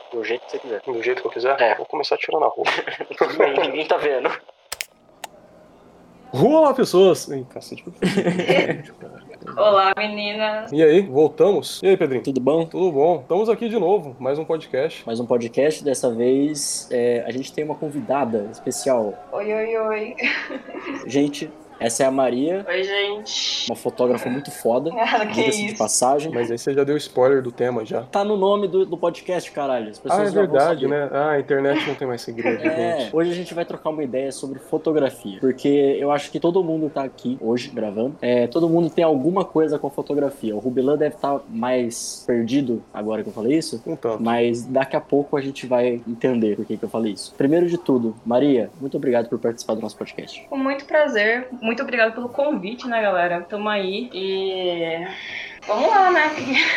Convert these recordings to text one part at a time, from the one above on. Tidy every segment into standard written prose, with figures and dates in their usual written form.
Do jeito que você quiser. Do jeito que eu quiser? É. Vou começar tirando a roupa. Tudo bem, ninguém tá vendo. Olá, pessoas! Ih, cacete. Olá, meninas. E aí, voltamos? E aí, Pedrinho? Tudo bom? Tudo bom? Estamos aqui de novo, mais um podcast. Mais um podcast, dessa vez a gente tem uma convidada especial. Oi, oi, oi. Gente, essa é a Maria, Oi, gente. uma fotógrafa muito foda, Ah, que diga-se de isso. passagem. Mas aí você já deu spoiler do tema já. Tá no nome do podcast, caralho. As pessoas Ah, é já vão verdade, saber. né? Ah, a internet não tem mais segredo, gente. Hoje a gente vai trocar uma ideia sobre fotografia, porque eu acho que todo mundo tá aqui hoje gravando, todo mundo tem alguma coisa com fotografia. O Rubilan deve estar mais perdido agora que eu falei isso, Um tanto. mas daqui a pouco a gente vai entender por que eu falei isso. Primeiro de tudo, Maria, muito obrigado por participar do nosso podcast. Com muito prazer. Muito obrigada pelo convite, né, galera? Tamo aí e... Vamos lá, né?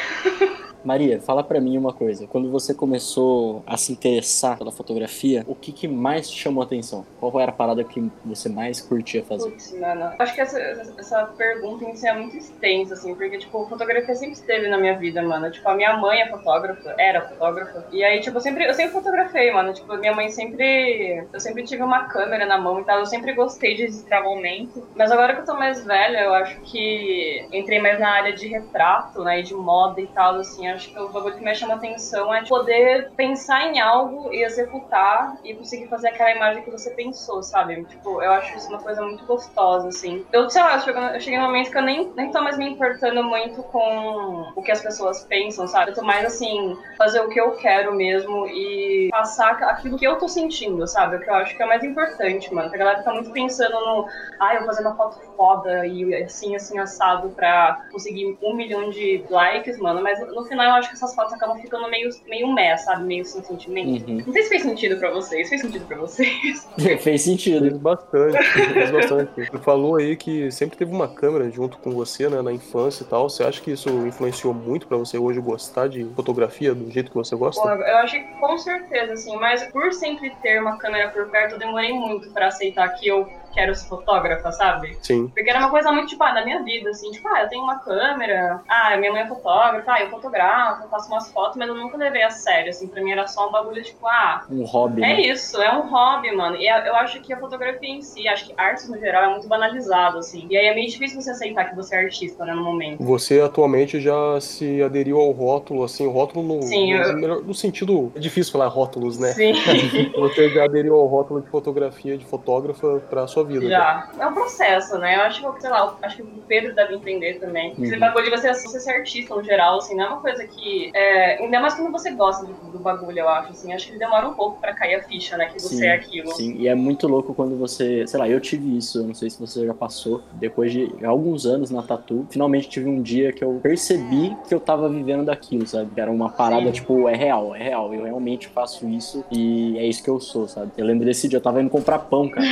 Maria, fala pra mim uma coisa. Quando você começou a se interessar pela fotografia, o que mais te chamou a atenção? Qual era a parada que você mais curtia fazer? Putz, mano. Acho que essa pergunta em si é muito extensa, assim, porque, tipo, fotografia sempre esteve na minha vida, mano. Tipo, a minha mãe é fotógrafa, era fotógrafa. E aí, tipo, eu sempre fotografei, mano. Tipo, minha mãe sempre... Eu sempre tive uma câmera na mão e tal. Eu sempre gostei de registrar momento. Mas agora que eu tô mais velha, eu acho que entrei mais na área de retrato, né, e de moda e tal, assim. Acho que o bagulho que me chama atenção é poder pensar em algo e executar e conseguir fazer aquela imagem que você pensou, sabe? Tipo, eu acho isso uma coisa muito gostosa, assim. Eu, sei lá, eu cheguei num momento que eu nem tô mais me importando muito com o que as pessoas pensam, sabe? Eu tô mais, assim, fazer o que eu quero mesmo e passar aquilo que eu tô sentindo, sabe? O que eu acho que é o mais importante, mano. Porque a galera tá muito pensando no... eu vou fazer uma foto foda e assim, assado pra conseguir 1 milhão de likes, mano. Mas no final eu acho que essas fotos acabam ficando meio meh, sabe? Meio sem sentimento. Uhum. Não sei se fez sentido pra vocês. Fez sentido pra vocês? Fez sentido. Fez bastante, fez bastante. Você falou aí que sempre teve uma câmera junto com você, né, na infância e tal. Você acha que isso influenciou muito pra você hoje gostar de fotografia do jeito que você gosta? Pô, eu acho que com certeza, assim. Mas por sempre ter uma câmera por perto, eu demorei muito pra aceitar que eu quero ser fotógrafa, sabe? Sim. Porque era uma coisa muito, tipo, da minha vida, assim. Tipo, eu tenho uma câmera, minha mãe é fotógrafa, eu fotografo, eu faço umas fotos, mas eu nunca levei a sério, assim. Pra mim era só um bagulho, tipo, um hobby, é né? Isso, é um hobby, mano. E eu acho que a fotografia em si, acho que arte no geral é muito banalizado, assim. E aí é meio difícil você aceitar que você é artista, né, no momento. Você atualmente já se aderiu ao rótulo, assim, o rótulo no sentido... É difícil falar rótulos, né? Sim. Você já aderiu ao rótulo de fotografia, de fotógrafa pra sua vida. Já. É um processo, né? Eu acho que, sei lá, acho que o Pedro deve entender também. Esse bagulho de você ser artista no geral, assim, não é uma coisa que... ainda mais quando você gosta do bagulho, eu acho, assim. Acho que demora um pouco pra cair a ficha, né? Que você é aquilo. Sim, e é muito louco quando você... Sei lá, eu tive isso, eu não sei se você já passou. Depois de alguns anos na tatu, finalmente tive um dia que eu percebi que eu tava vivendo daquilo, sabe? Que era uma parada, Sim. tipo, é real. Eu realmente faço isso e é isso que eu sou, sabe? Eu lembro desse dia, eu tava indo comprar pão, cara.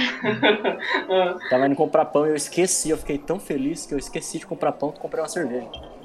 Tava indo comprar pão e eu esqueci, eu fiquei tão feliz que eu esqueci de comprar pão e comprei uma cerveja.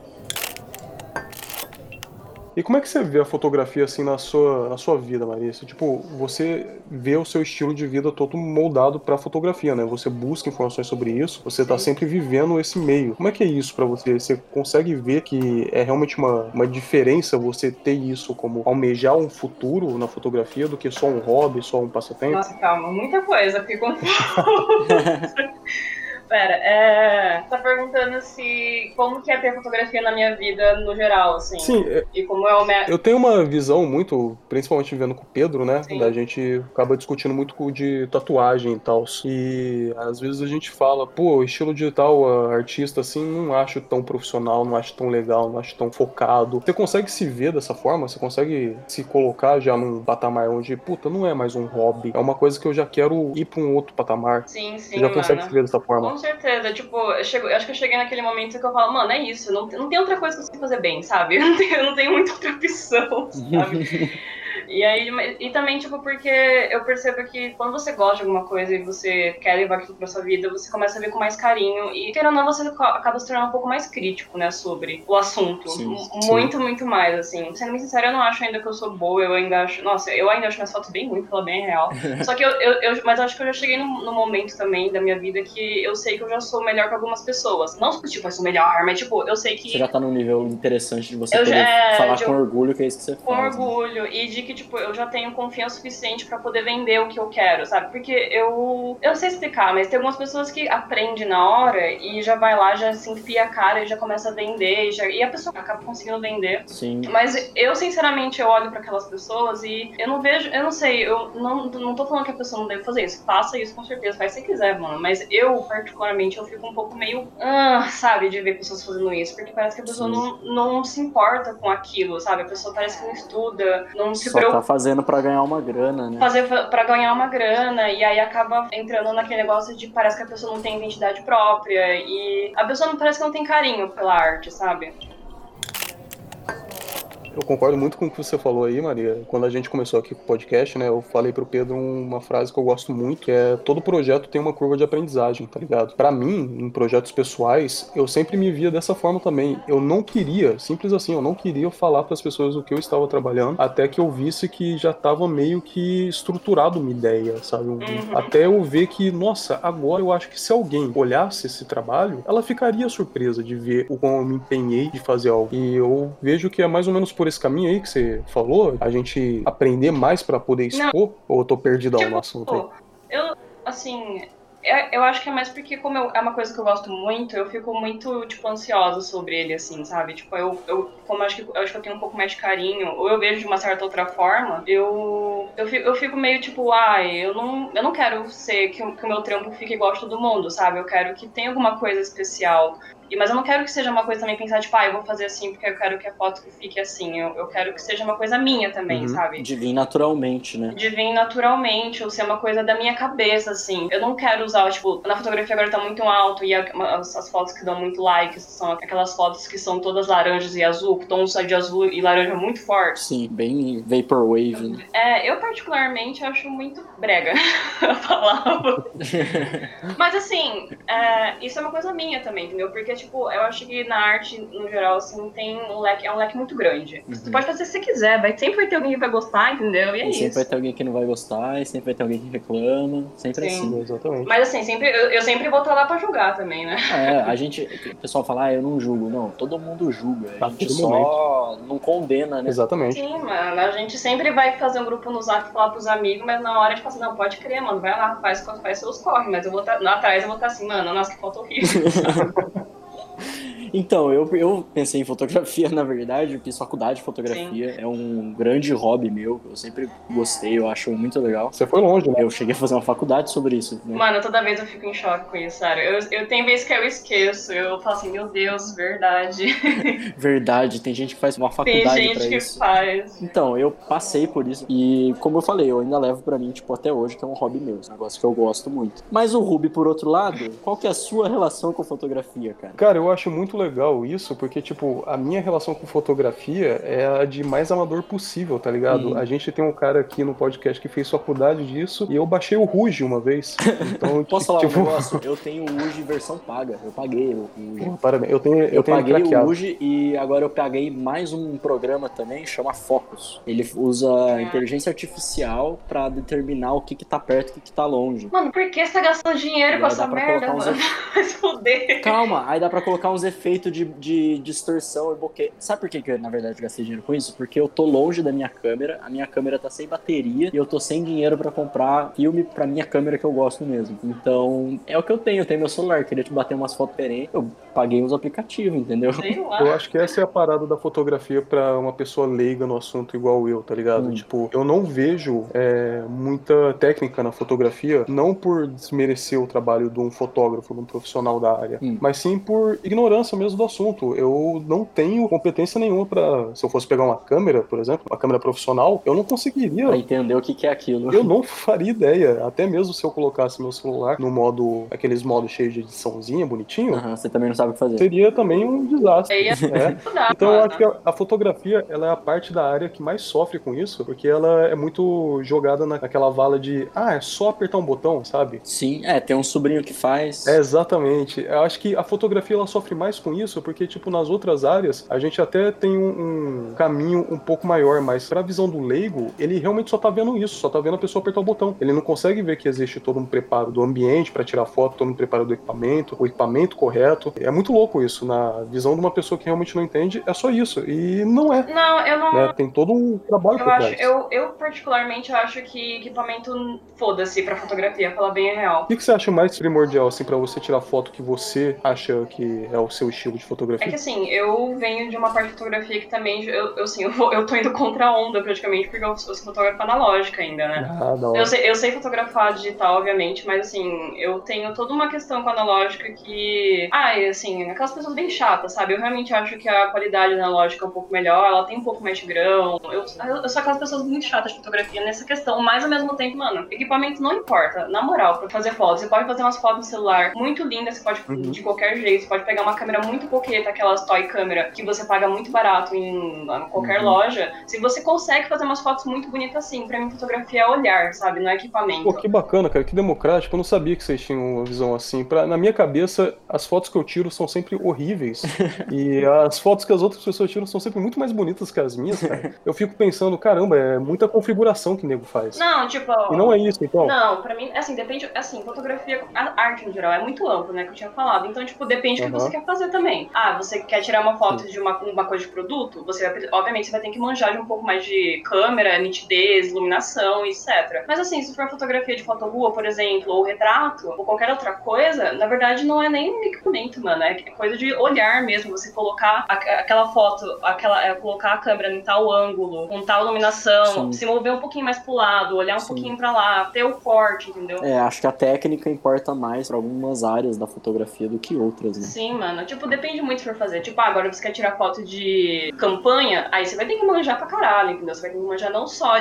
E como é que você vê a fotografia, assim, na sua vida, Marisa? Tipo, você vê o seu estilo de vida todo moldado pra fotografia, né? Você busca informações sobre isso, você tá sempre vivendo esse meio. Como é que é isso pra você? Você consegue ver que é realmente uma diferença você ter isso como almejar um futuro na fotografia do que só um hobby, só um passatempo? Nossa, calma, muita coisa, fiquei confusa. Pera, tá perguntando como que é ter fotografia na minha vida no geral, assim. Sim, e como é o eu tenho uma visão muito, principalmente vivendo com o Pedro, né? Sim. Da gente acaba discutindo muito de tatuagem e tal. E às vezes a gente fala, pô, estilo digital, artista assim, não acho tão profissional, não acho tão legal, não acho tão focado. Você consegue se ver dessa forma? Você consegue se colocar já num patamar onde, puta, não é mais um hobby, é uma coisa que eu já quero ir pra um outro patamar? Sim, Você já consegue mano. se ver dessa forma? Com certeza, tipo, eu acho que eu cheguei naquele momento que eu falo, mano, é isso, não tem outra coisa que eu sei fazer bem, sabe? Eu não tenho muita outra opção, sabe? E aí, e também, tipo, porque eu percebo que quando você gosta de alguma coisa e você quer levar aquilo pra sua vida, você começa a ver com mais carinho e, querendo ou não, você acaba se tornando um pouco mais crítico, né, sobre o assunto. Sim. Muito mais, assim. Sendo bem sincera, eu não acho ainda que eu sou boa, eu ainda acho minhas fotos bem ruins, pra falar bem real. Só que mas acho que eu já cheguei no momento também da minha vida que eu sei que eu já sou melhor que algumas pessoas. Não, tipo, eu sou melhor, mas, tipo, eu sei que... Você já tá num nível interessante de você poder falar com orgulho que é isso que você faz. Com orgulho, e de que, tipo, eu já tenho confiança suficiente pra poder vender o que eu quero, sabe? Porque eu não sei explicar, mas tem algumas pessoas que aprendem na hora e já vai lá, já se enfia a cara e já começa a vender, e a pessoa acaba conseguindo vender. Sim. Mas eu, sinceramente, eu olho pra aquelas pessoas e eu não vejo, eu não sei, eu não tô falando que a pessoa não deve fazer isso. Faça isso com certeza, faz se quiser, mano. Mas eu, particularmente, eu fico um pouco meio, sabe, de ver pessoas fazendo isso. Porque parece que a pessoa não se importa com aquilo, sabe? A pessoa parece que não estuda, não se preocupa. Só tá fazendo pra ganhar uma grana, né? Fazer pra ganhar uma grana, e aí acaba entrando naquele negócio de parece que a pessoa não tem identidade própria, e a pessoa não parece que não tem carinho pela arte, sabe? Eu concordo muito com o que você falou aí, Maria. Quando a gente começou aqui com o podcast, né, eu falei pro Pedro uma frase que eu gosto muito, que é: todo projeto tem uma curva de aprendizagem, tá ligado? Pra mim, em projetos pessoais, eu sempre me via dessa forma também. Eu não queria, simples assim, eu não queria falar pras pessoas o que eu estava trabalhando, até que eu visse que já tava meio que estruturado uma ideia, sabe? Até eu ver que, nossa, agora eu acho que se alguém olhasse esse trabalho, ela ficaria surpresa de ver o quão eu me empenhei de fazer algo. E eu vejo que é mais ou menos por esse caminho aí que você falou, a gente aprender mais pra poder expor, ou eu tô perdidão no assunto aí? Eu, assim, eu acho que é mais porque como é uma coisa que eu gosto muito, eu fico muito, tipo, ansiosa sobre ele, assim, sabe? Tipo, como eu acho que eu tenho um pouco mais de carinho, ou eu vejo de uma certa outra forma, eu fico meio tipo, eu não quero ser que o meu trampo fique igual de todo mundo, sabe? Eu quero que tenha alguma coisa especial. Mas eu não quero que seja uma coisa também pensar, tipo, eu vou fazer assim porque eu quero que a foto fique assim. Eu quero que seja uma coisa minha também, sabe? De vir naturalmente, né? De vir naturalmente, ou ser uma coisa da minha cabeça, assim. Eu não quero usar, tipo, na fotografia agora tá muito alto e as fotos que dão muito like são aquelas fotos que são todas laranjas e azul, com tons de azul e laranja muito fortes. Sim, bem vaporwave, né? Eu particularmente acho muito brega a palavra. Mas assim, isso é uma coisa minha também, entendeu? Porque, tipo, eu acho que na arte, no geral, assim, tem um leque muito grande. Você pode fazer o que você quiser, sempre vai ter alguém que vai gostar, entendeu? E é isso. Sempre vai ter alguém que não vai gostar, e sempre vai ter alguém que reclama, sempre assim. Exatamente. Mas assim, eu sempre vou estar lá pra julgar também, né? O pessoal fala, eu não julgo. Não, todo mundo julga. A gente todo só não condena, né? Exatamente. Sim, mano, a gente sempre vai fazer um grupo no Zap e falar pros amigos, mas na hora a gente fala assim, não, pode crer, mano, vai lá, faz seus corre, mas eu vou estar lá atrás, eu vou estar assim, mano, nossa, que foto horrível. Então, eu pensei em fotografia, na verdade, eu fiz faculdade de fotografia, é um grande hobby meu, eu sempre gostei, eu acho muito legal. Você foi longe, né? Eu cheguei a fazer uma faculdade sobre isso, né? Mano, toda vez eu fico em choque com isso, sério. Eu tenho vezes que eu esqueço, eu falo assim, meu Deus, verdade. Verdade, tem gente que faz uma faculdade pra isso. Tem gente que faz. Então, eu passei por isso e, como eu falei, eu ainda levo pra mim, tipo, até hoje, que é um hobby meu, um negócio que eu gosto muito. Mas o Ruby, por outro lado, qual que é a sua relação com fotografia, cara? Cara, eu acho muito legal isso, porque, tipo, a minha relação com fotografia é a de mais amador possível, tá ligado? A gente tem um cara aqui no podcast que fez faculdade disso e eu baixei o Ruge uma vez. Então, posso falar um negócio? Eu tenho o Ruge versão paga. Eu paguei o Ruge. Parabéns. Eu tenho paguei craqueado. o Ruge e agora eu paguei mais um programa também, chama Focus. Ele usa inteligência artificial pra determinar o que tá perto e o que tá longe. Mano, por que você tá gastando dinheiro com essa merda, mano? Vai se fuder. Calma, aí dá pra colocar uns efeitos de distorção e bokeh. Sabe por que eu, na verdade, gastei dinheiro com isso? Porque eu tô longe da minha câmera, a minha câmera tá sem bateria e eu tô sem dinheiro pra comprar filme pra minha câmera que eu gosto mesmo. Então, é o que eu tenho meu celular, queria te bater umas fotos diferentes, eu paguei uns aplicativos, entendeu? Sei lá. Eu acho que essa é a parada da fotografia pra uma pessoa leiga no assunto igual eu, tá ligado? Tipo, eu não vejo muita técnica na fotografia, não por desmerecer o trabalho de um fotógrafo, de um profissional da área, mas sim por ignorância mesmo do assunto. Eu não tenho competência nenhuma pra... Se eu fosse pegar uma câmera, por exemplo, uma câmera profissional, eu não conseguiria. Pra entender o que é aquilo. Eu não faria ideia. Até mesmo se eu colocasse meu celular no modo... Aqueles modos cheios de ediçãozinha, bonitinho. Você também não sabe o que fazer. Seria também um desastre. Então eu acho que mano. a fotografia, ela é a parte da área que mais sofre com isso, porque ela é muito jogada naquela vala de é só apertar um botão, sabe? Sim, tem um sobrinho que faz. Exatamente. Eu acho que a fotografia, ela sofre mais com com isso porque, tipo, nas outras áreas, a gente até tem um caminho um pouco maior, mas pra visão do leigo, ele realmente só tá vendo isso, só tá vendo a pessoa apertar o botão. Ele não consegue ver que existe todo um preparo do ambiente pra tirar foto, todo um preparo do equipamento, o equipamento correto. É muito louco isso. Na visão de uma pessoa que realmente não entende, é só isso. E não é. Não, eu não... Né? Tem todo um trabalho por trás. Eu particularmente acho que equipamento foda-se pra fotografia, falar bem a real. O que você acha mais primordial, assim, pra você tirar foto que você acha que é o seu estilo de fotografia? É que assim, eu venho de uma parte de fotografia que também, eu tô indo contra a onda praticamente, porque eu sou fotógrafa analógica ainda, né? Ah, da hora. Eu sei fotografar digital, obviamente, mas assim, eu tenho toda uma questão com a analógica que... assim, aquelas pessoas bem chatas, sabe? Eu realmente acho que a qualidade analógica é um pouco melhor, ela tem um pouco mais de grão. Eu sou aquelas pessoas muito chatas de fotografia nessa questão, mas ao mesmo tempo, mano, equipamento não importa. Na moral, pra fazer fotos, você pode fazer umas fotos no celular muito lindas, você pode de qualquer jeito, você pode pegar uma câmera muito poqueta, aquelas toy câmera, que você paga muito barato em qualquer loja. Se você consegue fazer umas fotos muito bonitas assim, pra mim fotografia é olhar, sabe? Não é equipamento. Pô, que bacana, cara, que democrático. Eu não sabia que vocês tinham uma visão assim. Na minha cabeça, as fotos que eu tiro são sempre horríveis. E as fotos que as outras pessoas tiram são sempre muito mais bonitas que as minhas, cara. Eu fico pensando, caramba, é muita configuração que o nego faz. Não, tipo... E não é isso, então? Não, pra mim, assim, depende... Assim, fotografia, a arte no geral, é muito amplo, né, que eu tinha falado. Então, tipo, depende do que você quer fazer também. Você quer tirar uma foto de uma coisa de produto, obviamente, você vai ter que manjar de um pouco mais de câmera, nitidez, iluminação, etc. Mas, assim, se for fotografia de fotorrua, por exemplo, ou retrato, ou qualquer outra coisa, na verdade, não é nem um equipamento, mano. É coisa de olhar mesmo. Você colocar aquela foto, colocar a câmera em tal ângulo, com tal iluminação, se mover um pouquinho mais pro lado, olhar um pouquinho pra lá, ter o corte, entendeu? Acho que a técnica importa mais pra algumas áreas da fotografia do que outras, né? Sim, mano. Tipo, depende muito se for fazer. Tipo, agora você quer tirar foto de campanha, aí você vai ter que manjar pra caralho, entendeu? Você vai ter que manjar não só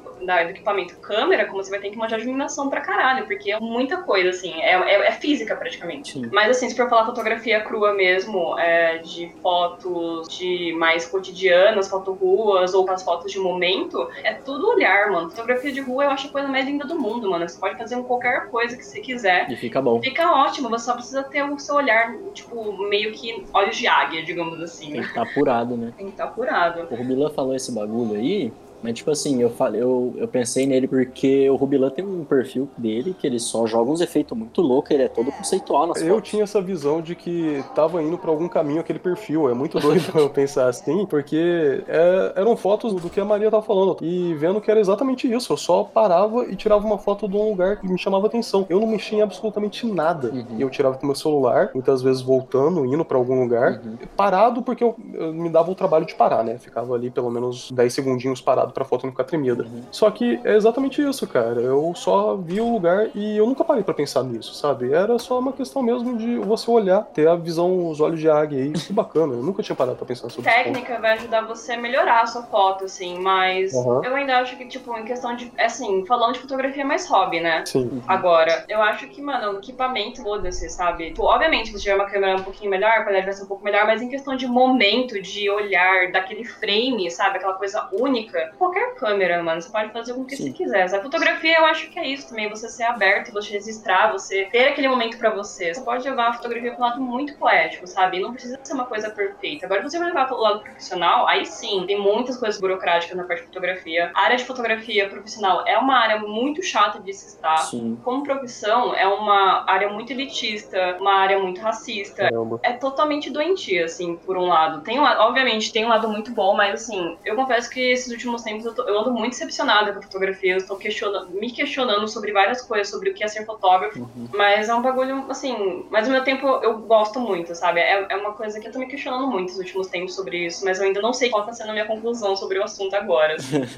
do equipamento câmera, como você vai ter que manjar de iluminação pra caralho, porque é muita coisa, assim. É física, praticamente. Sim. Mas, assim, se for falar fotografia crua mesmo, de fotos de mais cotidianas, foto-ruas, ou as fotos de momento, é tudo olhar, mano. Fotografia de rua eu acho a coisa mais linda do mundo, mano. Você pode fazer qualquer coisa que você quiser. E fica bom. Fica ótimo, você só precisa ter o seu olhar, tipo, meio que olhos de águia, digamos assim. Tem que estar apurado, né? Tem que estar apurado. O Rubilan falou esse bagulho aí, mas tipo assim, eu pensei nele porque o Rubilan tem um perfil dele que ele só joga uns efeitos muito loucos, ele é todo conceitual nas fotos. Eu tinha essa visão de que tava indo pra algum caminho aquele perfil. É muito doido eu pensar assim, porque eram fotos do que a Maria tava falando. E vendo que era exatamente isso. Eu só parava e tirava uma foto de um lugar que me chamava atenção. Eu não mexia em absolutamente nada. E eu tirava com meu celular, muitas vezes voltando, indo pra algum lugar, parado porque eu me dava o trabalho de parar, né? Ficava ali pelo menos 10 segundinhos parado pra foto não ficar tremida. Só que é exatamente isso, cara. Eu só vi o lugar e eu nunca parei pra pensar nisso, sabe? Era só uma questão mesmo de você olhar, ter a visão, os olhos de águia aí. Que bacana. Eu nunca tinha parado pra pensar sobre isso. Técnica vai ajudar você a melhorar a sua foto, assim, mas eu ainda acho que, tipo, em questão de, assim, falando de fotografia é mais hobby, né? Sim. Agora, eu acho que, mano, o equipamento, foda-se, sabe? Tipo, obviamente, se você tiver uma câmera um pouquinho melhor, a qualidade vai ser um pouco melhor, mas em questão de momento, de olhar, daquele frame, sabe? Aquela coisa única, qualquer câmera, mano, você pode fazer com o que você quiser. A fotografia, eu acho que é isso também, você ser aberto, você registrar, você ter aquele momento pra você. Você pode levar a fotografia pro lado muito poético, sabe? Não precisa ser uma coisa perfeita. Agora, você vai levar pro lado profissional, aí sim, tem muitas coisas burocráticas na parte de fotografia. A área de fotografia profissional é uma área muito chata de se estar. Sim. Como profissão, é uma área muito elitista, uma área muito racista. Caramba. É totalmente doentia, assim, por um lado. Obviamente, tem um lado muito bom, mas, assim, eu confesso que esses últimos tempos eu ando muito decepcionada com a fotografia. Eu estou me questionando sobre várias coisas, sobre o que é ser fotógrafo. Mas é um bagulho, assim... Mas ao meu tempo eu gosto muito, sabe? É uma coisa que eu tô me questionando muito nos últimos tempos sobre isso, mas eu ainda não sei qual tá sendo a minha conclusão sobre o assunto agora.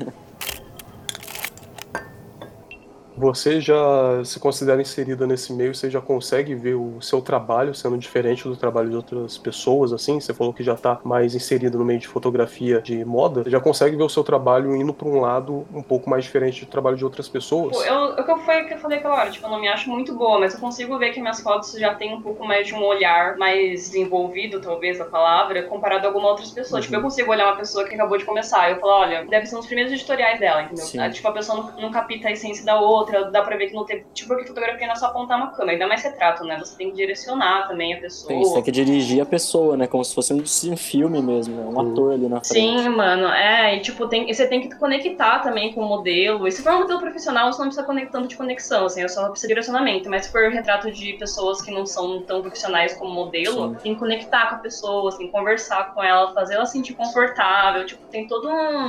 Você já se considera inserida nesse meio, você já consegue ver o seu trabalho sendo diferente do trabalho de outras pessoas, assim? Você falou que já tá mais inserida no meio de fotografia de moda. Você já consegue ver o seu trabalho indo pra um lado um pouco mais diferente do trabalho de outras pessoas? Pô, o que eu falei aquela hora, tipo, eu não me acho muito boa, mas eu consigo ver que minhas fotos já tem um pouco mais de um olhar mais desenvolvido, talvez, a palavra, comparado a algumas outras pessoas. Tipo, eu consigo olhar uma pessoa que acabou de começar e eu falo, olha, deve ser uns primeiros editoriais dela, entendeu? Tipo, a pessoa não capta a essência da outra, outra, dá pra ver que não teve... Tipo, porque fotografia não é só apontar uma câmera, ainda mais retrato, né? Você tem que direcionar também a pessoa. Você tem que dirigir a pessoa, né? Como se fosse um filme mesmo, né? Um ator ali na frente. Sim, mano, e tipo, você tem que conectar também com o modelo. E se for um modelo profissional, você não precisa tanto de conexão, assim, só precisa de direcionamento. Mas se for retrato de pessoas que não são tão profissionais como modelo, Sim. tem que conectar com a pessoa, assim, conversar com ela, fazer ela se sentir confortável. Tipo, tem todo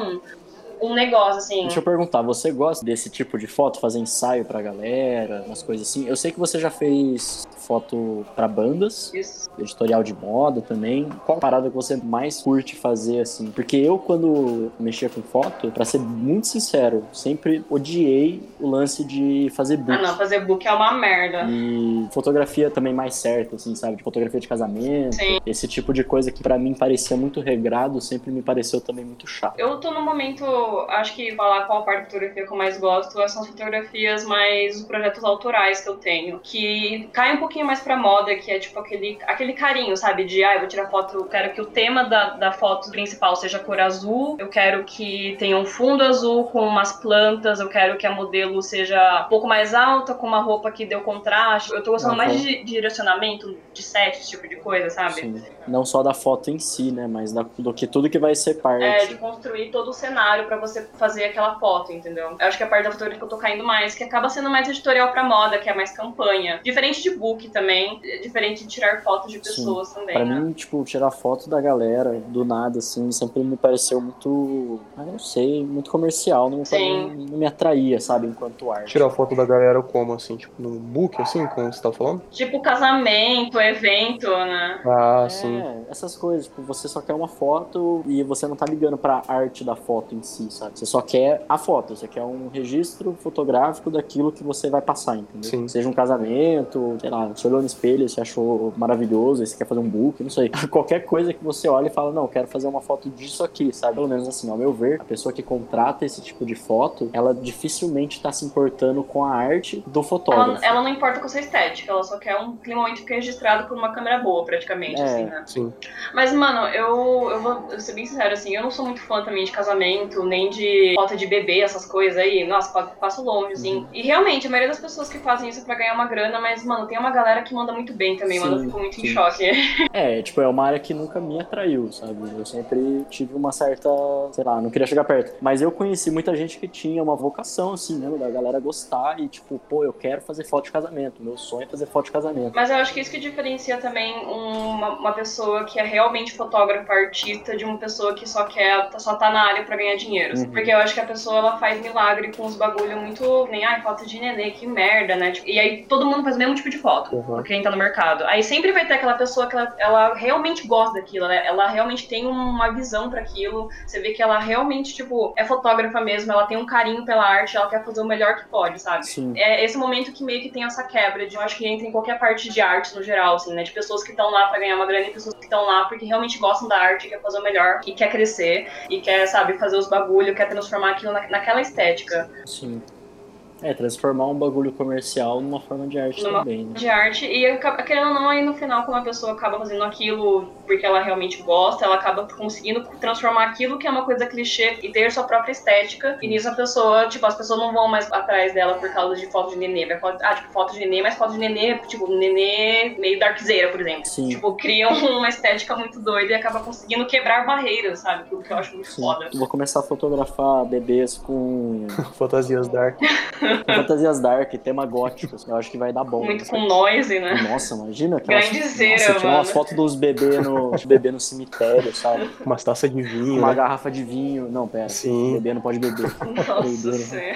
um negócio, assim. Deixa eu perguntar, você gosta desse tipo de foto? Fazer ensaio pra galera, umas coisas assim? Eu sei que você já fez foto pra bandas, Isso. editorial de moda também. Qual parada que você mais curte fazer, assim? Porque eu, quando mexia com foto, pra ser muito sincero, sempre odiei o lance de fazer book. Ah, não, fazer book é uma merda. E fotografia também mais certa, assim, sabe? De fotografia de casamento. Sim. Esse tipo de coisa que pra mim parecia muito regrado, sempre me pareceu também muito chato. Eu tô no momento, acho que falar qual parte de fotografia que eu mais gosto são as fotografias mais os projetos autorais que eu tenho, que cai um pouquinho mais pra moda, que é tipo aquele carinho, sabe? De, eu vou tirar foto, eu quero que o tema da foto principal seja cor azul, eu quero que tenha um fundo azul com umas plantas, eu quero que a modelo seja um pouco mais alta, com uma roupa que dê o contraste. Eu tô gostando mais de direcionamento, de set, esse tipo de coisa, sabe? Sim. Não só da foto em si, né? Mas do que tudo que vai ser parte. De construir todo o cenário pra você fazer aquela foto, entendeu? Eu acho que a parte da fotografia que eu tô caindo mais, que acaba sendo mais editorial pra moda, que é mais campanha. Diferente de book também, diferente de tirar fotos de pessoas. Sim. Também, pra né? mim, tipo, tirar foto da galera, do nada, assim, sempre me pareceu muito, eu não sei, muito comercial, não me atraía, sabe, enquanto arte. Tirar foto da galera como, assim, tipo, num book, assim, como você tá falando? Tipo casamento, evento, né? Ah, sim. Essas coisas, tipo, você só quer uma foto e você não tá ligando pra arte da foto em si, sabe? Você só quer a foto, você quer um registro fotográfico daquilo que você vai passar, entendeu? Sim. Seja um casamento, sei lá, você olhou no espelho, você achou maravilhoso, aí você quer fazer um book, não sei. Qualquer coisa que você olha e fala, não, quero fazer uma foto disso aqui, sabe? Pelo menos assim, ao meu ver, a pessoa que contrata esse tipo de foto, ela dificilmente tá se importando com a arte do fotógrafo. Ela não importa com a sua estética, ela só quer um momento que fique registrado por uma câmera boa, praticamente, assim, né? Sim. Mas, mano, eu vou ser bem sincero, assim, eu não sou muito fã também de casamento, nem de foto de bebê, essas coisas aí. Nossa, passo longe, assim. Uhum. E realmente, a maioria das pessoas que fazem isso é pra ganhar uma grana, mas, mano, tem uma galera que manda muito bem também, mano, eu fico muito em choque. Tipo, é uma área que nunca me atraiu, sabe? Eu sempre tive uma certa, sei lá, não queria chegar perto. Mas eu conheci muita gente que tinha uma vocação, assim, né? Da galera gostar e, tipo, pô, eu quero fazer foto de casamento. Meu sonho é fazer foto de casamento. Mas eu acho que isso que diferencia também uma pessoa que é realmente fotógrafa, artista, de uma pessoa que só tá na área pra ganhar dinheiro. Uhum. Porque eu acho que a pessoa, ela faz milagre com os bagulho muito, nem, foto de nenê, que merda, né? Tipo, e aí todo mundo faz o mesmo tipo de foto, pra quem tá no mercado. Aí sempre vai ter aquela pessoa que ela realmente gosta daquilo, ela realmente tem uma visão pra aquilo. Você vê que ela realmente, tipo, é fotógrafa mesmo, ela tem um carinho pela arte, ela quer fazer o melhor que pode, sabe? Sim. É esse momento que meio que tem essa quebra de, eu acho que entra em qualquer parte de arte no geral, assim, né? De pessoas que estão lá pra ganhar uma grana e pessoas que estão lá porque realmente gostam da arte, quer fazer o melhor e quer crescer e quer, sabe, fazer os bagulho, quer transformar aquilo naquela estética. Sim. Transformar um bagulho comercial numa forma de arte também, né? De arte, e querendo ou não, aí no final, como a pessoa acaba fazendo aquilo porque ela realmente gosta, ela acaba conseguindo transformar aquilo que é uma coisa clichê e ter sua própria estética, e nisso a pessoa, tipo, as pessoas não vão mais atrás dela por causa de foto de nenê, foto de nenê, mas foto de nenê, tipo, nenê meio darkzeira, por exemplo. Sim. Tipo, criam uma estética muito doida e acaba conseguindo quebrar barreiras, sabe? O que eu acho muito foda. Vou começar a fotografar bebês com fantasias dark. Fantasias dark, tema gótico. Eu acho que vai dar bom. Muito com noise, né? Nossa, imagina aquelas... Grandizeira, Nossa, tirar mano. umas fotos dos bebês no cemitério, sabe? Umas taças de vinho, Uma né? garrafa de vinho. Não, pera. Sim. Bebê não pode beber. Nossa Senhora.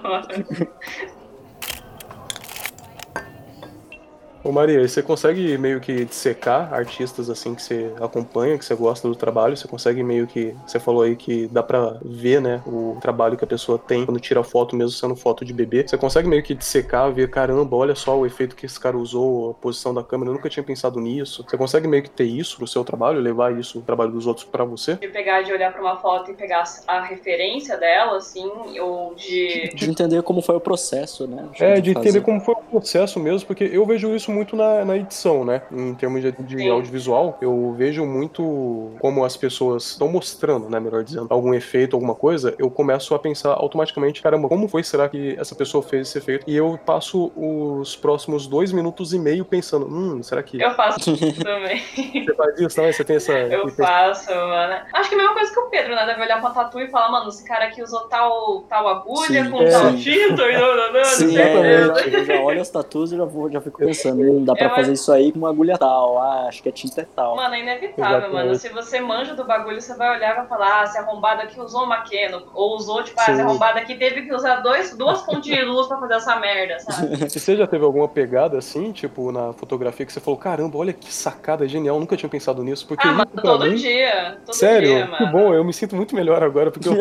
Ô Maria, você consegue meio que dissecar artistas assim que você acompanha, que você gosta do trabalho? Você consegue meio que... Você falou aí que dá pra ver, né, o trabalho que a pessoa tem quando tira foto, mesmo sendo foto de bebê. Você consegue meio que dissecar, ver, caramba, olha só o efeito que esse cara usou, a posição da câmera, eu nunca tinha pensado nisso. Você consegue meio que ter isso pro seu trabalho, levar isso, o trabalho dos outros pra você? De olhar pra uma foto e pegar a referência dela, assim, ou de... De entender como foi o processo, né? De entender como foi o processo mesmo, porque eu vejo isso isso muito na edição, né? Em termos de audiovisual, eu vejo muito como as pessoas estão mostrando, né? Melhor dizendo, algum efeito, alguma coisa, eu começo a pensar automaticamente, caramba, como foi será que essa pessoa fez esse efeito? E eu passo os próximos 2 minutos e meio pensando, será que... Eu faço também. Você faz isso também? Você tem essa... Eu faço, mano. Acho que é a mesma coisa que o Pedro, né? Deve olhar pra tatu e falar, mano, esse cara aqui usou tal agulha com tal tinta e não. Sim, eu já olho as tatuas e já fico pensando, dá pra fazer isso aí com uma agulha tal, acho que a tinta é tal. Mano, é inevitável, mano. Se você manja do bagulho, você vai olhar e vai falar, esse arrombado aqui usou uma Canon, ou usou, tipo, esse arrombado aqui teve que usar duas pontinhas de luz pra fazer essa merda, sabe? E você já teve alguma pegada assim, tipo, na fotografia que você falou, caramba, olha que sacada genial, nunca tinha pensado nisso, porque mano, todo mim... dia. Sério? Dia, mano. Que bom, eu me sinto muito melhor agora, porque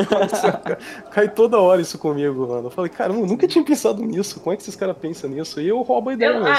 cai toda hora isso comigo, mano. Eu falei, caramba, eu nunca tinha pensado nisso, como é que esses caras pensam nisso? E eu roubo a ideia mesmo.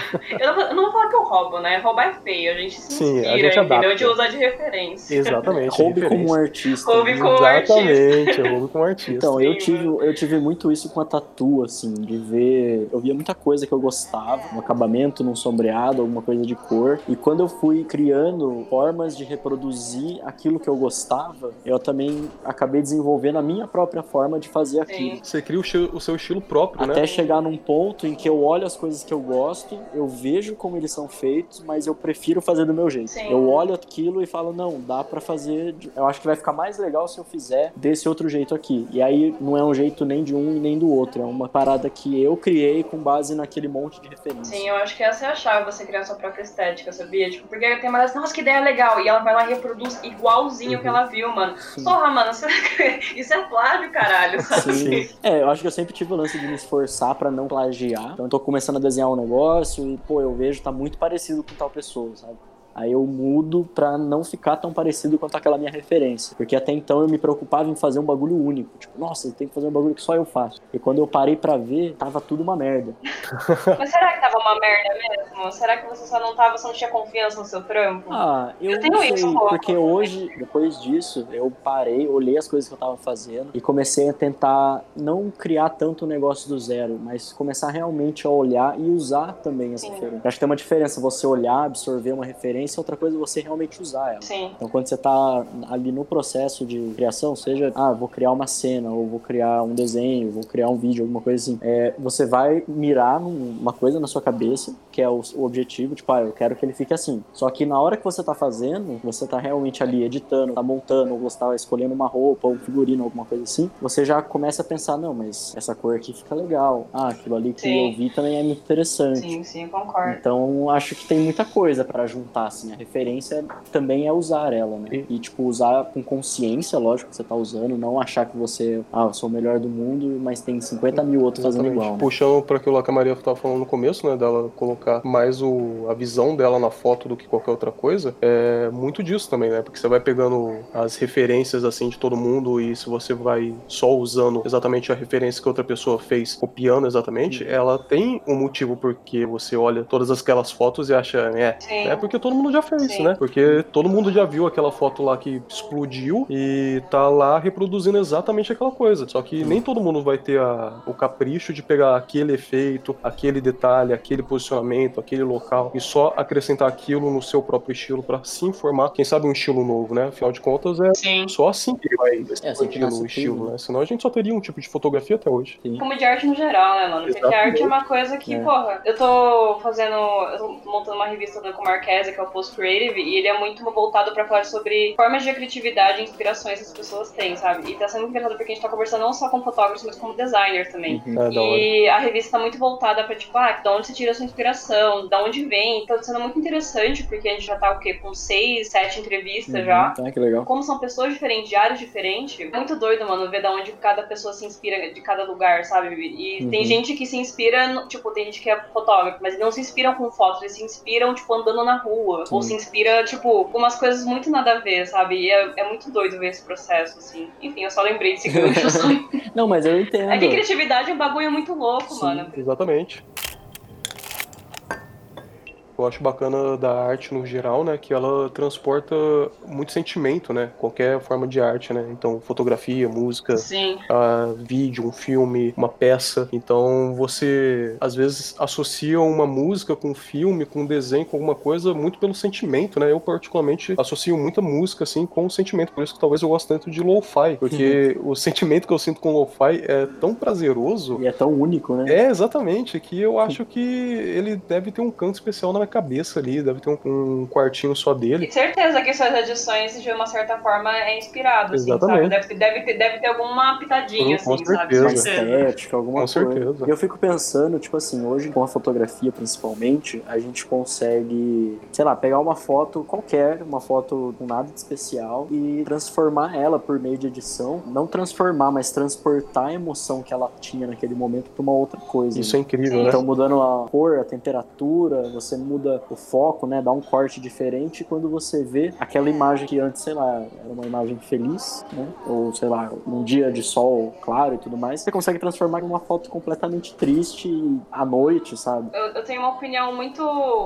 Eu não vou falar que eu roubo, né? Roubar é feio, a gente se inspira, a gente entendeu? A gente usa de referência. Exatamente. Roube como um artista. Roube como artista. Exatamente, roube como artista. Então, eu tive muito isso com a tatu, assim, de ver... Eu via muita coisa que eu gostava, um acabamento, num sombreado, alguma coisa de cor. E quando eu fui criando formas de reproduzir aquilo que eu gostava, eu também acabei desenvolvendo a minha própria forma de fazer aquilo. Você cria o seu estilo próprio, né? Até chegar num ponto em que eu olho as coisas que eu gosto, eu vejo como eles são feitos, mas eu prefiro fazer do meu jeito. Sim. Eu olho aquilo e falo, não, dá pra fazer... Eu acho que vai ficar mais legal se eu fizer desse outro jeito aqui. E aí não é um jeito nem de um e nem do outro. É uma parada que eu criei com base naquele monte de referência. Sim, eu acho que essa é a chave, você criar a sua própria estética, sabia? Tipo, porque tem uma das, nossa, que ideia legal. E ela vai lá e reproduz igualzinho o que ela viu, mano. Sim. Porra, mano, isso é plágio, caralho, sabe? Sim. Eu acho que eu sempre tive o lance de me esforçar pra não plagiar. Então eu tô começando a desenhar um negócio e, pô, eu vejo tá muito parecido com tal pessoa, sabe? Aí eu mudo pra não ficar tão parecido quanto aquela minha referência. Porque até então eu me preocupava em fazer um bagulho único. Tipo, nossa, eu tenho que fazer um bagulho que só eu faço. E quando eu parei pra ver, tava tudo uma merda. Mas será que tava uma merda mesmo? Será que você não tinha confiança no seu trampo? Eu não sei, isso, porque hoje, depois disso, eu parei, olhei as coisas que eu tava fazendo e comecei a tentar não criar tanto o negócio do zero, mas começar realmente a olhar e usar também essa referência. Acho que tem uma diferença você olhar, absorver uma referência, outra coisa é você realmente usar ela. Sim. Então quando você tá ali no processo de criação, seja, vou criar uma cena, ou vou criar um desenho, vou criar um vídeo, alguma coisa assim, você vai mirar numa coisa na sua cabeça, que é o objetivo, tipo, eu quero que ele fique assim. Só que na hora que você tá fazendo, você tá realmente ali editando, tá montando, ou você tá escolhendo uma roupa, ou um figurino, alguma coisa assim, você já começa a pensar, não, mas essa cor aqui fica legal. Aquilo ali que eu vi também é muito interessante. Sim, concordo. Então, acho que tem muita coisa pra juntar, assim. A referência também é usar ela, né? E, tipo, usar com consciência, lógico, que você tá usando, não achar que você, eu sou o melhor do mundo, mas tem 50 mil outros fazendo igual. Né? Puxando pra aquilo lá que a Maria tava falando no começo, né, dela colocar mais a visão dela na foto do que qualquer outra coisa, é muito disso também, né? Porque você vai pegando as referências, assim, de todo mundo e se você vai só usando exatamente a referência que outra pessoa fez, copiando exatamente, ela tem um motivo porque você olha todas aquelas fotos e acha, é porque todo mundo já fez, né? Porque todo mundo já viu aquela foto lá que explodiu e tá lá reproduzindo exatamente aquela coisa. Só que nem todo mundo vai ter o capricho de pegar aquele efeito, aquele detalhe, aquele posicionamento, aquele local e só acrescentar aquilo no seu próprio estilo pra se informar. Quem sabe um estilo novo, né? Afinal de contas, só assim que vai expandir o estilo, né? Senão a gente só teria um tipo de fotografia até hoje. Sim. Como de arte no geral, né, mano? Porque a arte é uma coisa que, porra, eu tô montando uma revista com o Marquesa, que é o Post Creative, e ele é muito voltado pra falar sobre formas de criatividade e inspirações que as pessoas têm, sabe? E tá sendo muito engraçado porque a gente tá conversando não só com fotógrafos, mas como designers também. E a revista tá muito voltada pra, tipo, de onde você tira a sua inspiração, de onde vem. Então tá sendo muito interessante, porque a gente já tá, com 6, 7 entrevistas já. Que legal. Como são pessoas diferentes, de áreas diferentes, é muito doido, mano, ver de onde cada pessoa se inspira de cada lugar, sabe? E tem gente que se inspira, tipo, tem gente que é fotógrafo, mas não se inspiram com fotos, eles se inspiram, tipo, andando na rua. Ou se inspira, tipo, com umas coisas muito nada a ver, sabe? E é muito doido ver esse processo, assim. Enfim, eu só lembrei desse gancho. Não, mas eu entendo. É que criatividade é um bagulho muito louco, mano. Exatamente. eu acho bacana da arte no geral, né, que ela transporta muito sentimento, né, qualquer forma de arte, né, então fotografia, música, Sim. vídeo, um filme, uma peça, então você às vezes associa uma música com um filme, com um desenho, com alguma coisa, muito pelo sentimento, né, eu particularmente associo muita música, assim, com o sentimento, por isso que talvez eu gosto tanto de lo-fi, porque o sentimento que eu sinto com lo-fi é tão prazeroso, E é tão único, né? exatamente, que eu acho que ele deve ter um canto especial na minha cabeça ali, deve ter um quartinho só dele. E certeza que suas edições, de uma certa forma, é inspirado, assim, Exatamente. sabe? Deve ter alguma pitadinha, Com assim, sabe? certeza. Uma estética, alguma Com coisa. certeza. E eu fico pensando, tipo assim, hoje com a fotografia principalmente, a gente consegue, sei lá, pegar uma foto qualquer, uma foto com nada de especial e transformar ela por meio de edição. Não transformar, mas transportar a emoção que ela tinha naquele momento para uma outra coisa. Isso é incrível, né? Então, mudando a cor, a temperatura, você muda o foco, né? Dá um corte diferente. E quando você vê aquela imagem que antes, sei lá, era uma imagem feliz, né? Ou, sei lá, um dia de sol claro e tudo mais, você consegue transformar em uma foto completamente triste à noite, sabe? Eu tenho uma opinião muito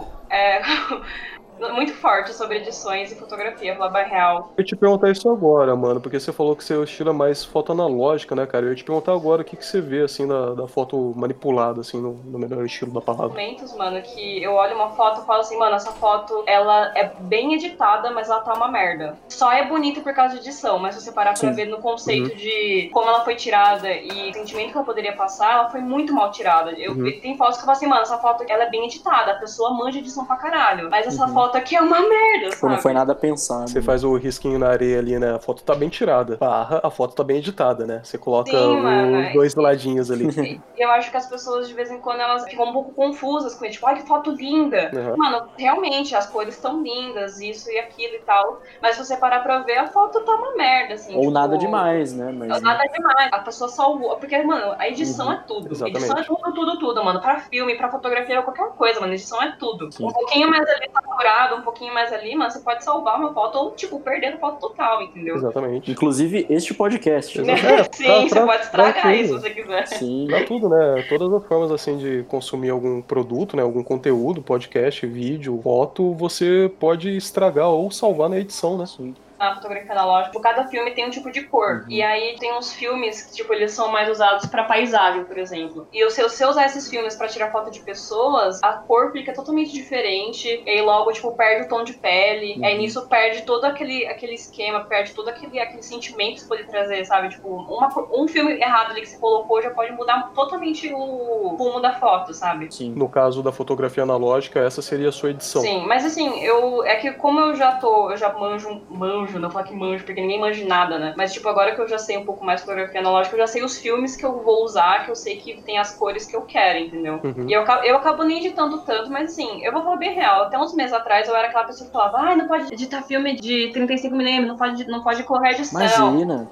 muito forte sobre edições e fotografia, vou falar real. Eu ia te perguntar isso agora, mano, porque você falou que seu estilo é mais foto analógica, né, cara? Eu ia te perguntar agora o que você vê, assim, da foto manipulada, assim, no melhor estilo da palavra. Momentos, mano, que eu olho uma foto e falo assim, mano, essa foto, ela é bem editada, mas ela tá uma merda. Só é bonita por causa de edição, mas se você parar pra ver no conceito de como ela foi tirada e o sentimento que ela poderia passar, ela foi muito mal tirada. Tem fotos que eu falo assim, mano, essa foto, ela é bem editada, a pessoa manja edição pra caralho, mas essa foto aqui é uma merda, Tipo, não foi nada pensado. Você faz o risquinho na areia ali, né? A foto tá bem tirada. Barra, a foto tá bem editada, né? Você coloca os dois ladinhos ali. Eu acho que as pessoas, de vez em quando, elas ficam um pouco confusas com isso. Tipo, ai, que foto linda. Mano, realmente, as cores estão lindas, isso e aquilo e tal. Mas se você parar pra ver, a foto tá uma merda, assim. Ou tipo, nada demais, né? Mas, nada demais. A pessoa salvou. Porque, mano, a edição é tudo. Exatamente. Edição é tudo, mano. Pra filme, pra fotografia, qualquer coisa, mano. Edição é tudo. Sim. Um pouquinho mais ali saturado, um pouquinho mais ali, mano, você pode salvar uma foto ou, tipo, perder a foto total, entendeu? Exatamente. Inclusive, este podcast. Sim, você pode estragar isso se você quiser. Sim. Pra tudo, né? Todas as formas, assim, de consumir algum produto, né? Algum conteúdo, podcast, vídeo, foto, você pode estragar ou salvar na edição, né? Sim. A fotografia analógica, cada filme tem um tipo de cor. E aí tem uns filmes que, tipo, eles são mais usados pra paisagem, por exemplo. E se você usar esses filmes pra tirar foto de pessoas, a cor fica totalmente diferente. E aí logo, tipo, perde o tom de pele. Aí nisso perde todo aquele esquema, perde todo aquele sentimento que você pode trazer, sabe? Tipo, um filme errado ali que você colocou já pode mudar totalmente o rumo da foto, sabe? Sim. No caso da fotografia analógica, essa seria a sua edição. Sim, mas assim, é que como eu já manjo, não vou falar que manjo, porque ninguém manja nada, né? Mas, tipo, agora que eu já sei um pouco mais fotografia analógica, eu já sei os filmes que eu vou usar, que eu sei que tem as cores que eu quero, entendeu? E eu acabo nem editando tanto, mas assim, eu vou falar bem real. Até uns meses atrás, eu era aquela pessoa que falava, não pode editar filme de 35mm, não pode correr edição. Imagina!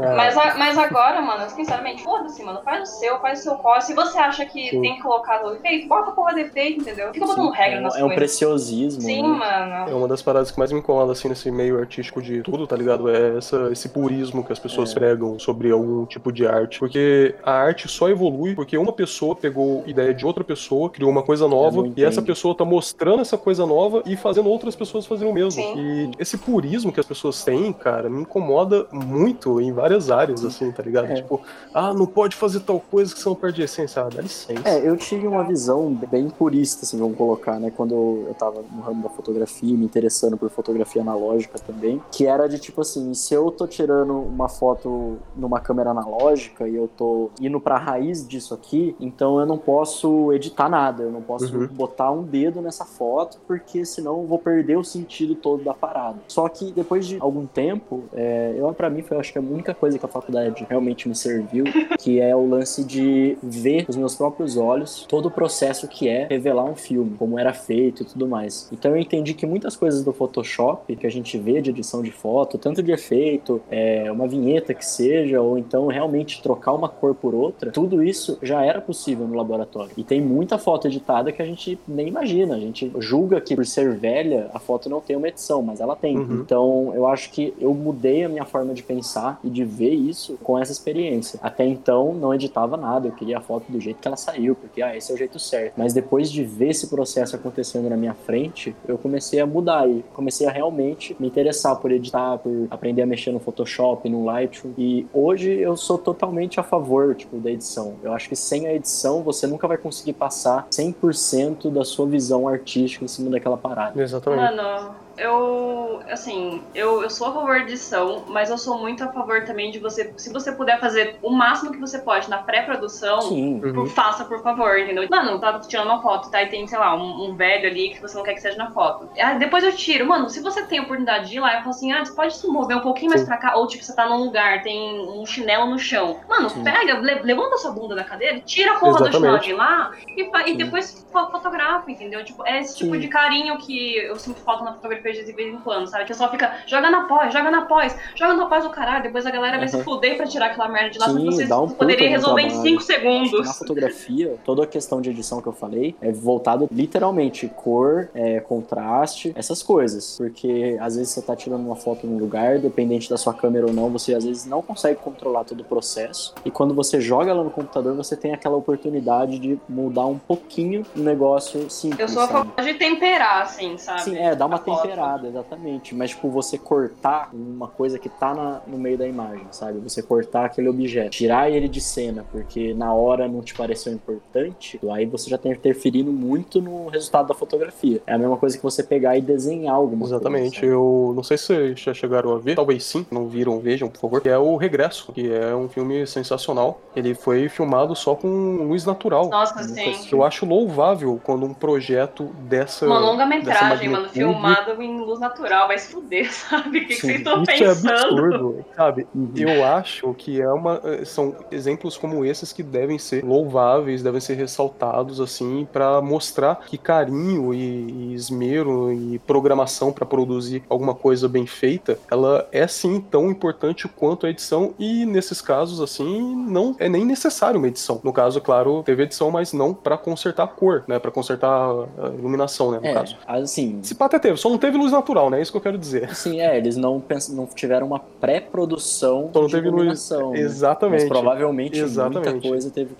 Mas agora, mano, sinceramente, foda-se, mano, faz o seu corre. Se você acha que tem que colocar o efeito, bota a porra do efeito, entendeu? Fica botando regra nas coisas. É um preciosismo, Sim, né? mano. É uma das paradas que mais me incomoda, assim, nesse meio artístico de tudo, tá ligado? É esse purismo que as pessoas pregam sobre algum tipo de arte. Porque a arte só evolui porque uma pessoa pegou ideia de outra pessoa, criou uma coisa nova, e essa pessoa tá mostrando essa coisa nova e fazendo outras pessoas fazerem o mesmo. Sim. E esse purismo que as pessoas têm, cara, me incomoda muito em várias áreas, assim, tá ligado? Tipo, não pode fazer tal coisa que você não perde a essência. Dá licença. Eu tive uma visão bem purista, assim, vamos colocar, né? Quando eu tava no ramo da fotografia, me interessando por fotografia analógica também, que era de tipo assim, se eu tô tirando uma foto numa câmera analógica e eu tô indo pra raiz disso aqui, então eu não posso editar nada, eu não posso botar um dedo nessa foto, porque senão eu vou perder o sentido todo da parada. Só que depois de algum tempo, pra mim foi, acho que a única coisa que a faculdade realmente me serviu, que é o lance de ver com os meus próprios olhos todo o processo que é revelar um filme, como era feito e tudo mais. Então eu entendi que muitas coisas do Photoshop que a gente vê de edição de de foto, tanto de efeito, uma vinheta que seja, ou então realmente trocar uma cor por outra, tudo isso já era possível no laboratório. E tem muita foto editada que a gente nem imagina. A gente julga que por ser velha, a foto não tem uma edição, mas ela tem. Então, eu acho que eu mudei a minha forma de pensar e de ver isso com essa experiência. Até então, não editava nada, eu queria a foto do jeito que ela saiu, porque esse é o jeito certo. Mas depois de ver esse processo acontecendo na minha frente, eu comecei a mudar e comecei a realmente me interessar por editar, por aprender a mexer no Photoshop, no Lightroom. E hoje eu sou totalmente a favor, tipo, da edição. Eu acho que sem a edição você nunca vai conseguir passar 100% da sua visão artística em cima daquela parada. Exatamente. Mano, eu sou a favor de edição, mas eu sou muito a favor também de você, se você puder fazer o máximo que você pode na pré-produção, faça, por favor, entendeu? Mano, tá tirando uma foto, tá? E tem, sei lá, um velho ali que você não quer que seja na foto. Depois eu tiro. Mano, se você tem a oportunidade de ir lá, eu falo assim, você pode se mover um pouquinho mais pra cá, ou tipo, você tá num lugar, tem um chinelo no chão. Mano, pega, levanta sua bunda da cadeira, tira a porra do chinelo de lá e depois fotografa, entendeu? Tipo, é esse tipo de carinho que eu sinto falta na fotografia de vez em quando, sabe? Que só fica, joga na pós do caralho, depois a galera vai se fuder pra tirar aquela merda de lá, só que você poderia resolver em 5 segundos. Na fotografia, toda a questão de edição que eu falei é voltado literalmente cor, contraste, essas coisas, porque às vezes você tá tirando uma foto num lugar, dependente da sua câmera ou não, você às vezes não consegue controlar todo o processo, e quando você joga ela no computador, você tem aquela oportunidade de mudar um pouquinho o negócio simples. Eu sou a favor de temperar, assim, sabe? Sim, dá uma temperada, exatamente. Mas, tipo, você cortar uma coisa que tá no meio da imagem, sabe? Você cortar aquele objeto, tirar ele de cena, porque na hora não te pareceu importante, aí você já tá interferindo muito no resultado da fotografia. É a mesma coisa que você pegar e desenhar alguma coisa. Exatamente. Eu não sei se vocês já chegaram a ver, talvez sim, não viram, vejam, por favor, que é o Regresso, que é um filme sensacional. Ele foi filmado só com luz natural. Nossa, sim. Eu acho louvável quando um projeto dessa... Uma longa-metragem, mano, filmado em luz natural, vai se fuder, sabe? O que vocês estão pensando? Isso é absurdo, sabe? Eu acho que são exemplos como esses que devem ser louváveis, devem ser ressaltados, assim, pra mostrar que carinho e esmero e programação pra produzir alguma coisa bem feita, ela é, sim, tão importante quanto a edição, e nesses casos, assim, não é nem necessário uma edição. No caso, claro, teve edição, mas não pra consertar a cor, né? Pra consertar a iluminação, né? No caso. Assim... Se pá até teve, só não teve luz natural, né? É isso que eu quero dizer. Sim, eles não tiveram uma pré-produção de iluminação. Luz. Exatamente. Mas provavelmente muita coisa teve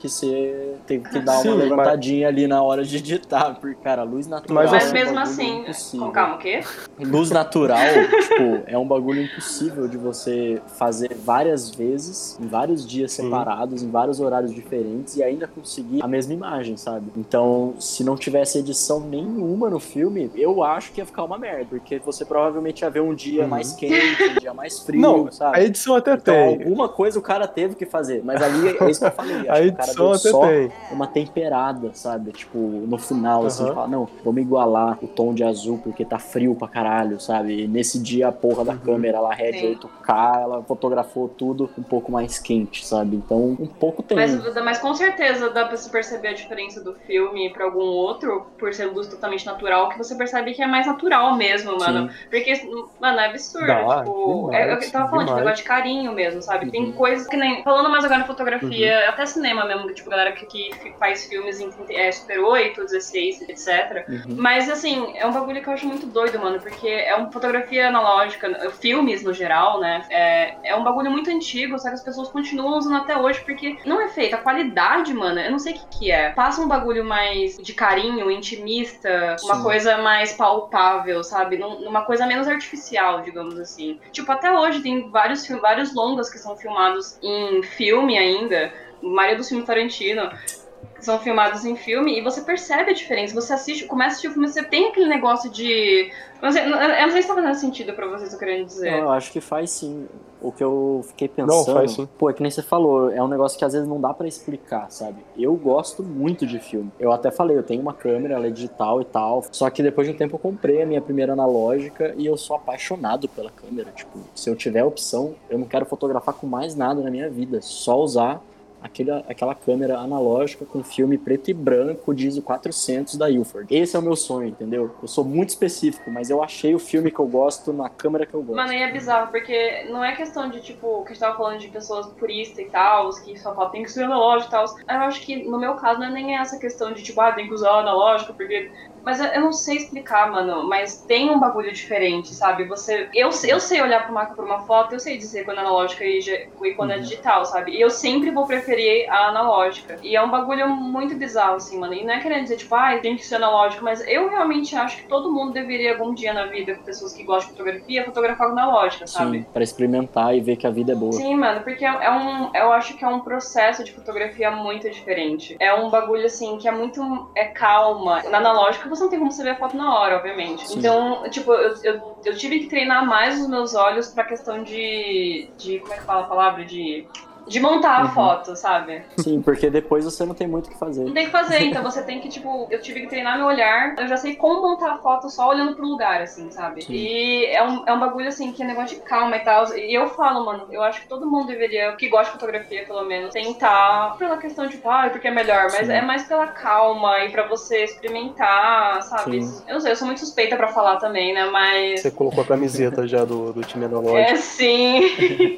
que dar uma levantadinha ali na hora de editar, porque, cara, luz natural... Mas mesmo assim... Calma, o quê? Luz natural, tipo, é um bagulho impossível de você fazer várias vezes, em vários dias separados, em vários horários diferentes, e ainda conseguir a mesma imagem, sabe? Então, se não tivesse edição nenhuma no filme, eu acho que ia ficar uma merda, porque você provavelmente ia ver um dia mais quente, um dia mais frio, não, sabe? A edição até então, tem. Alguma coisa o cara teve que fazer, mas ali é isso que eu falei. A edição até tem. Uma temperada, sabe? Tipo, no final, assim, de falar, não, vamos igualar o tom de azul, porque tá frio pra caralho, sabe? E nesse dia a porra da câmera, ela Red 8K, ela fotografou tudo um pouco mais quente, sabe? Então, um pouco tem. Mas com certeza dá pra se perceber a diferença do filme pra algum outro, por ser luz totalmente natural, que você percebe que é mais natural mesmo, mano. Porque, mano, é absurdo. Tipo, demais, eu tava falando de negócio de carinho mesmo, sabe? Tem coisas que nem. Falando mais agora em fotografia, até cinema mesmo, tipo, galera que faz filmes em Super 8, 16, etc. Mas, assim, é um bagulho que eu acho muito doido, mano, porque é uma fotografia analógica, filmes no geral, né? É um bagulho muito antigo, só que as pessoas continuam usando até hoje, porque não é feito. A qualidade, mano, eu não sei o que é. Passa um bagulho mais de carinho, intimista, uma coisa mais palpável, sabe? Numa coisa menos artificial, digamos assim. Tipo, até hoje tem vários longas que são filmados em filme ainda. A maioria dos filmes Tarantino são filmados em filme, e você percebe a diferença. Você assiste, começa a assistir o filme, você tem aquele negócio de... Eu não sei se tá fazendo sentido pra vocês, eu querendo dizer. Não, eu acho que faz sim. O que eu fiquei pensando... Não, faz sim. Pô, é que nem você falou, é um negócio que às vezes não dá pra explicar, sabe? Eu gosto muito de filme. Eu até falei, eu tenho uma câmera, ela é digital e tal, só que depois de um tempo eu comprei a minha primeira analógica e eu sou apaixonado pela câmera. Tipo, se eu tiver a opção, eu não quero fotografar com mais nada na minha vida, só usar aquela câmera analógica com filme preto e branco de ISO 400 da Ilford. Esse é o meu sonho, entendeu? Eu sou muito específico, mas eu achei o filme que eu gosto na câmera que eu gosto. Mano, e é bizarro, porque não é questão de, tipo, que a gente tava falando de pessoas puristas e tal, que só falam tem que ser analógico e tal. Eu acho que, no meu caso, não é nem essa questão de, tipo, tem que usar analógico, porque... Mas eu não sei explicar, mano, mas tem um bagulho diferente, sabe? Eu sei olhar pra uma foto, eu sei dizer quando é analógica e quando é digital, sabe? E eu sempre vou preferir a analógica. E é um bagulho muito bizarro, assim, mano. E não é querendo dizer, tipo, tem que ser analógico, mas eu realmente acho que todo mundo deveria, algum dia na vida, com pessoas que gostam de fotografia, fotografar com analógica, sabe? Sim, pra experimentar e ver que a vida é boa. Sim, mano, porque eu acho que é um processo de fotografia muito diferente. É um bagulho, assim, que é muito calma. Na analógica, você não tem como você ver a foto na hora, obviamente. Sim. Então, tipo, eu tive que treinar mais os meus olhos pra questão de como é que fala a palavra? De montar a foto, sabe? Sim, porque depois você não tem muito o que fazer. Não tem o que fazer, então você tem que, tipo... Eu tive que treinar meu olhar. Eu já sei como montar a foto só olhando pro lugar, assim, sabe? Sim. E é um bagulho, assim, que é negócio de calma e tal. E eu falo, mano, eu acho que todo mundo deveria, que gosta de fotografia, pelo menos, tentar pela questão de, porque é melhor. Mas é mais pela calma e pra você experimentar, sabe? Sim. Eu não sei, eu sou muito suspeita pra falar também, né? Mas... Você colocou a camiseta já do time analógico. É, sim.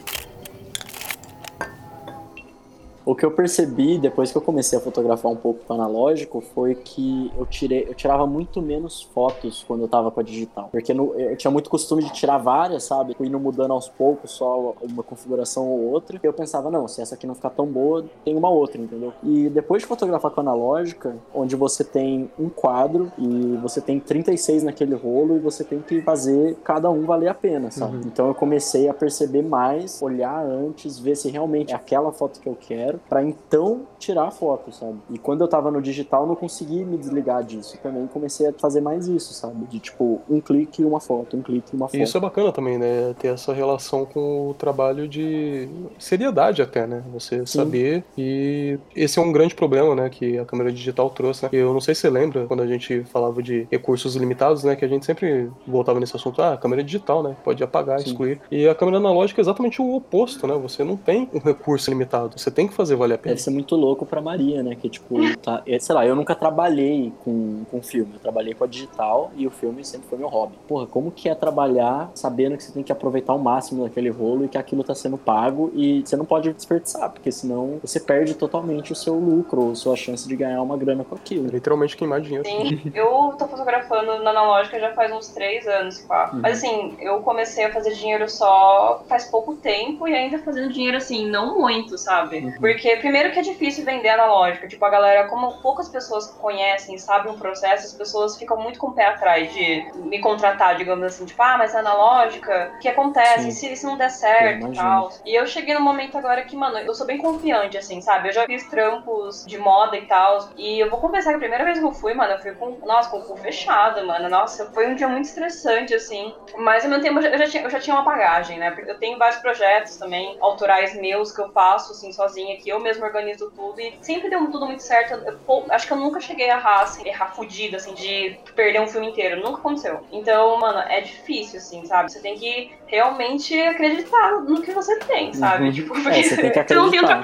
O que eu percebi depois que eu comecei a fotografar um pouco com analógico foi que eu tirava muito menos fotos quando eu tava com a digital. Porque eu tinha muito costume de tirar várias, sabe? Indo mudando aos poucos, só uma configuração ou outra. E eu pensava, não, se essa aqui não ficar tão boa, tem uma outra, entendeu? E depois de fotografar com analógica, onde você tem um quadro e você tem 36 naquele rolo e você tem que fazer cada um valer a pena, sabe? Então eu comecei a perceber mais, olhar antes, ver se realmente é aquela foto que eu quero, pra então tirar a foto, sabe? E quando eu tava no digital, eu não consegui me desligar disso. Também comecei a fazer mais isso, sabe? De tipo, um clique e uma foto, um clique e uma foto. Isso é bacana também, né? Ter essa relação com o trabalho de seriedade até, né? Você saber. E esse é um grande problema, né? Que a câmera digital trouxe, né? Eu não sei se você lembra, quando a gente falava de recursos limitados, né? Que a gente sempre voltava nesse assunto. A câmera digital, né? Pode apagar, excluir. E a câmera analógica é exatamente o oposto, né? Você não tem um recurso limitado. Você tem que fazer valer a pena. Deve ser muito louco pra Maria, né? Que tipo, sei lá, eu nunca trabalhei com filme. Eu trabalhei com a digital e o filme sempre foi meu hobby. Porra, como que é trabalhar sabendo que você tem que aproveitar o máximo daquele rolo e que aquilo tá sendo pago e você não pode desperdiçar, porque senão você perde totalmente o seu lucro ou sua chance de ganhar uma grana com aquilo. Literalmente queimar dinheiro. Sim, eu tô fotografando na analógica já faz uns 3 anos, pá. Mas assim, eu comecei a fazer dinheiro só faz pouco tempo e ainda fazendo dinheiro assim, não muito, sabe? Porque primeiro que é difícil vender analógica, tipo, a galera, como poucas pessoas conhecem, sabem o processo, as pessoas ficam muito com o pé atrás de me contratar, digamos assim, tipo, mas é analógica, o que acontece? E se não der certo e tal? E eu cheguei no momento agora que, mano, eu sou bem confiante, assim, sabe? Eu já fiz trampos de moda e tal, e eu vou confessar que a primeira vez que eu fui, mano, eu fui com o cu fechado, mano, nossa, foi um dia muito estressante, assim, mas ao mesmo tempo eu já tinha uma bagagem, né? Porque eu tenho vários projetos também, autorais meus, que eu faço, assim, sozinha, que eu mesmo organizo tudo, e sempre deu tudo muito certo. Acho que eu nunca cheguei a errar fudida, assim, de perder um filme inteiro. Nunca aconteceu. Então, mano, é difícil, assim, sabe? Você tem que realmente acreditar no que você tem, sabe? Tipo, porque você não tem outra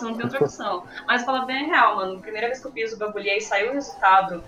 opção, Mas eu falo bem real, mano. Primeira vez que eu fiz o bagulho, saiu o resultado,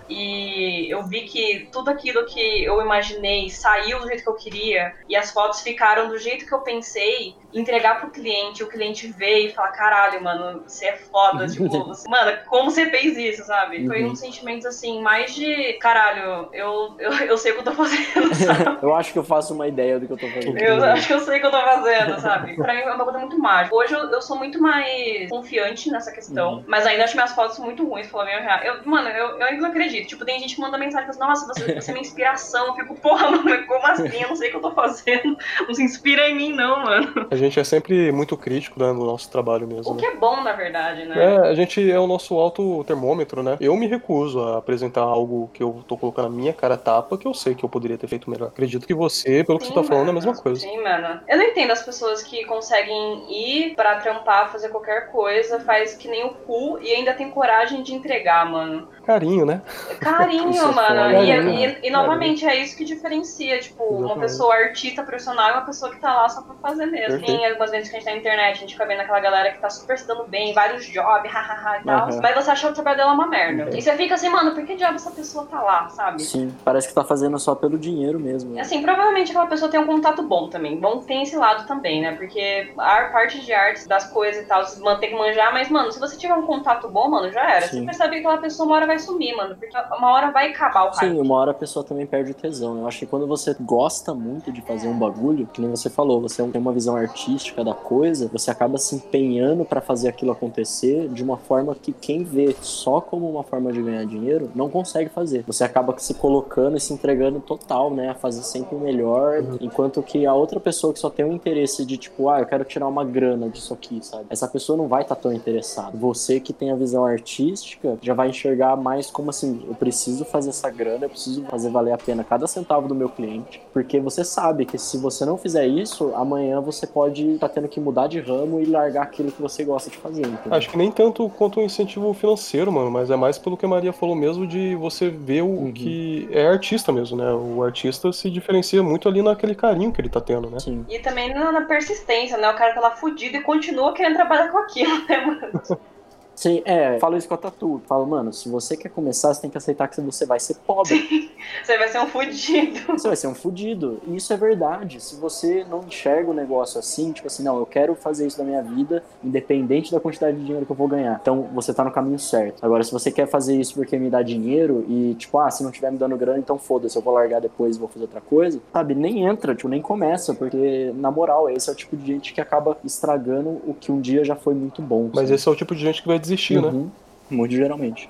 e eu vi que tudo aquilo que eu imaginei saiu do jeito que eu queria, e as fotos ficaram do jeito que eu pensei, entregar pro cliente, o cliente ver e falar, caralho, mano, você é foda, tipo, mano, como você fez isso, sabe? Foi um sentimento, assim, mais de, caralho, eu sei o que eu tô fazendo, sabe? Eu acho que eu faço uma ideia do que eu tô fazendo. Eu acho que eu sei o que eu tô fazendo, sabe? Pra mim é uma coisa muito mágica. Hoje eu sou muito mais confiante nessa questão, mas ainda acho minhas fotos muito ruins, pelo menos real. Eu ainda não acredito. Tipo, tem gente que manda mensagem e fala, nossa, você é minha inspiração. Eu fico, porra, mano, como assim? Eu não sei o que eu tô fazendo. Não se inspira em mim, não, mano. A gente é sempre muito crítico, né, no nosso trabalho mesmo. O que é bom, na verdade, né? A gente é o nosso auto-termômetro, né? Eu me recuso a apresentar algo que eu tô colocando na minha cara tapa, que eu sei que eu poderia ter feito melhor. Acredito que você, pelo que você tá falando, é a mesma coisa. Sim, mano. Eu não entendo as pessoas que conseguem ir pra trampar, fazer qualquer coisa, faz que nem o cu e ainda tem coragem de entregar, mano. Carinho, né? Carinho, mano. E novamente, é isso que diferencia, tipo, uma pessoa artista profissional e uma pessoa que tá lá só pra fazer mesmo. Tem algumas vezes que a gente tá na internet, a gente fica vendo aquela galera que tá super se dando bem, vários jobs, hahaha e tal. Mas você acha o trabalho dela uma merda. E você fica assim, mano, por que diabo essa pessoa tá lá, sabe? Sim, parece que tá fazendo só pelo dinheiro mesmo. Assim, provavelmente aquela pessoa tem um contato bom também. Bom, tem esse lado também, né? Porque a parte de artes, das coisas e tal, você tem que manjar, mas, mano, se você tiver um contato bom, mano, já era. Sim. Você percebe que aquela pessoa uma hora vai sumir, mano, porque uma hora vai acabar o hype. Sim, uma hora a pessoa também perde o tesão. Eu acho que quando você gosta muito de fazer um bagulho, que nem você falou, você tem uma visão artística da coisa, você acaba se empenhando pra fazer aquilo acontecer de uma forma que quem vê só como uma forma de ganhar dinheiro não consegue fazer. Você acaba se colocando e se entregando total, né, a fazer sempre o melhor, enquanto que a outra pessoa que só tem um interesse de tipo, eu quero tirar uma grana disso aqui, sabe? Essa pessoa não vai estar tão interessada. Você que tem a visão artística já vai enxergar mais como assim, eu preciso fazer essa grana, eu preciso fazer valer a pena cada centavo do meu cliente, porque você sabe que se você não fizer isso, amanhã você pode estar tendo que mudar de ramo e largar aquilo que você gosta de fazer, entendeu? Acho que nem tanto quanto um incentivo financeiro, mano, mas é mais pelo que a Maria falou mesmo, de você ver o que é artista mesmo, né? O artista se diferencia muito ali naquele carinho que ele tá tendo, né? Sim. E também na persistência, né? O cara tá lá fudido e continua querendo trabalhar com aquilo, né, mano? Sim, falo isso com a Tatu. Falo, mano, se você quer começar, você tem que aceitar que você vai ser pobre. Sim, você vai ser um fudido. Você vai ser um fudido. E isso é verdade. Se você não enxerga o negócio assim, tipo assim, não, eu quero fazer isso da minha vida, independente da quantidade de dinheiro que eu vou ganhar. Então, você tá no caminho certo. Agora, se você quer fazer isso porque me dá dinheiro e, tipo, se não tiver me dando grana, então foda-se, eu vou largar depois e vou fazer outra coisa, sabe? Nem entra, tipo, nem começa, porque, na moral, esse é o tipo de gente que acaba estragando o que um dia já foi muito bom. Mas sabe? esse é o tipo de gente que vai desistir, né? Muito geralmente.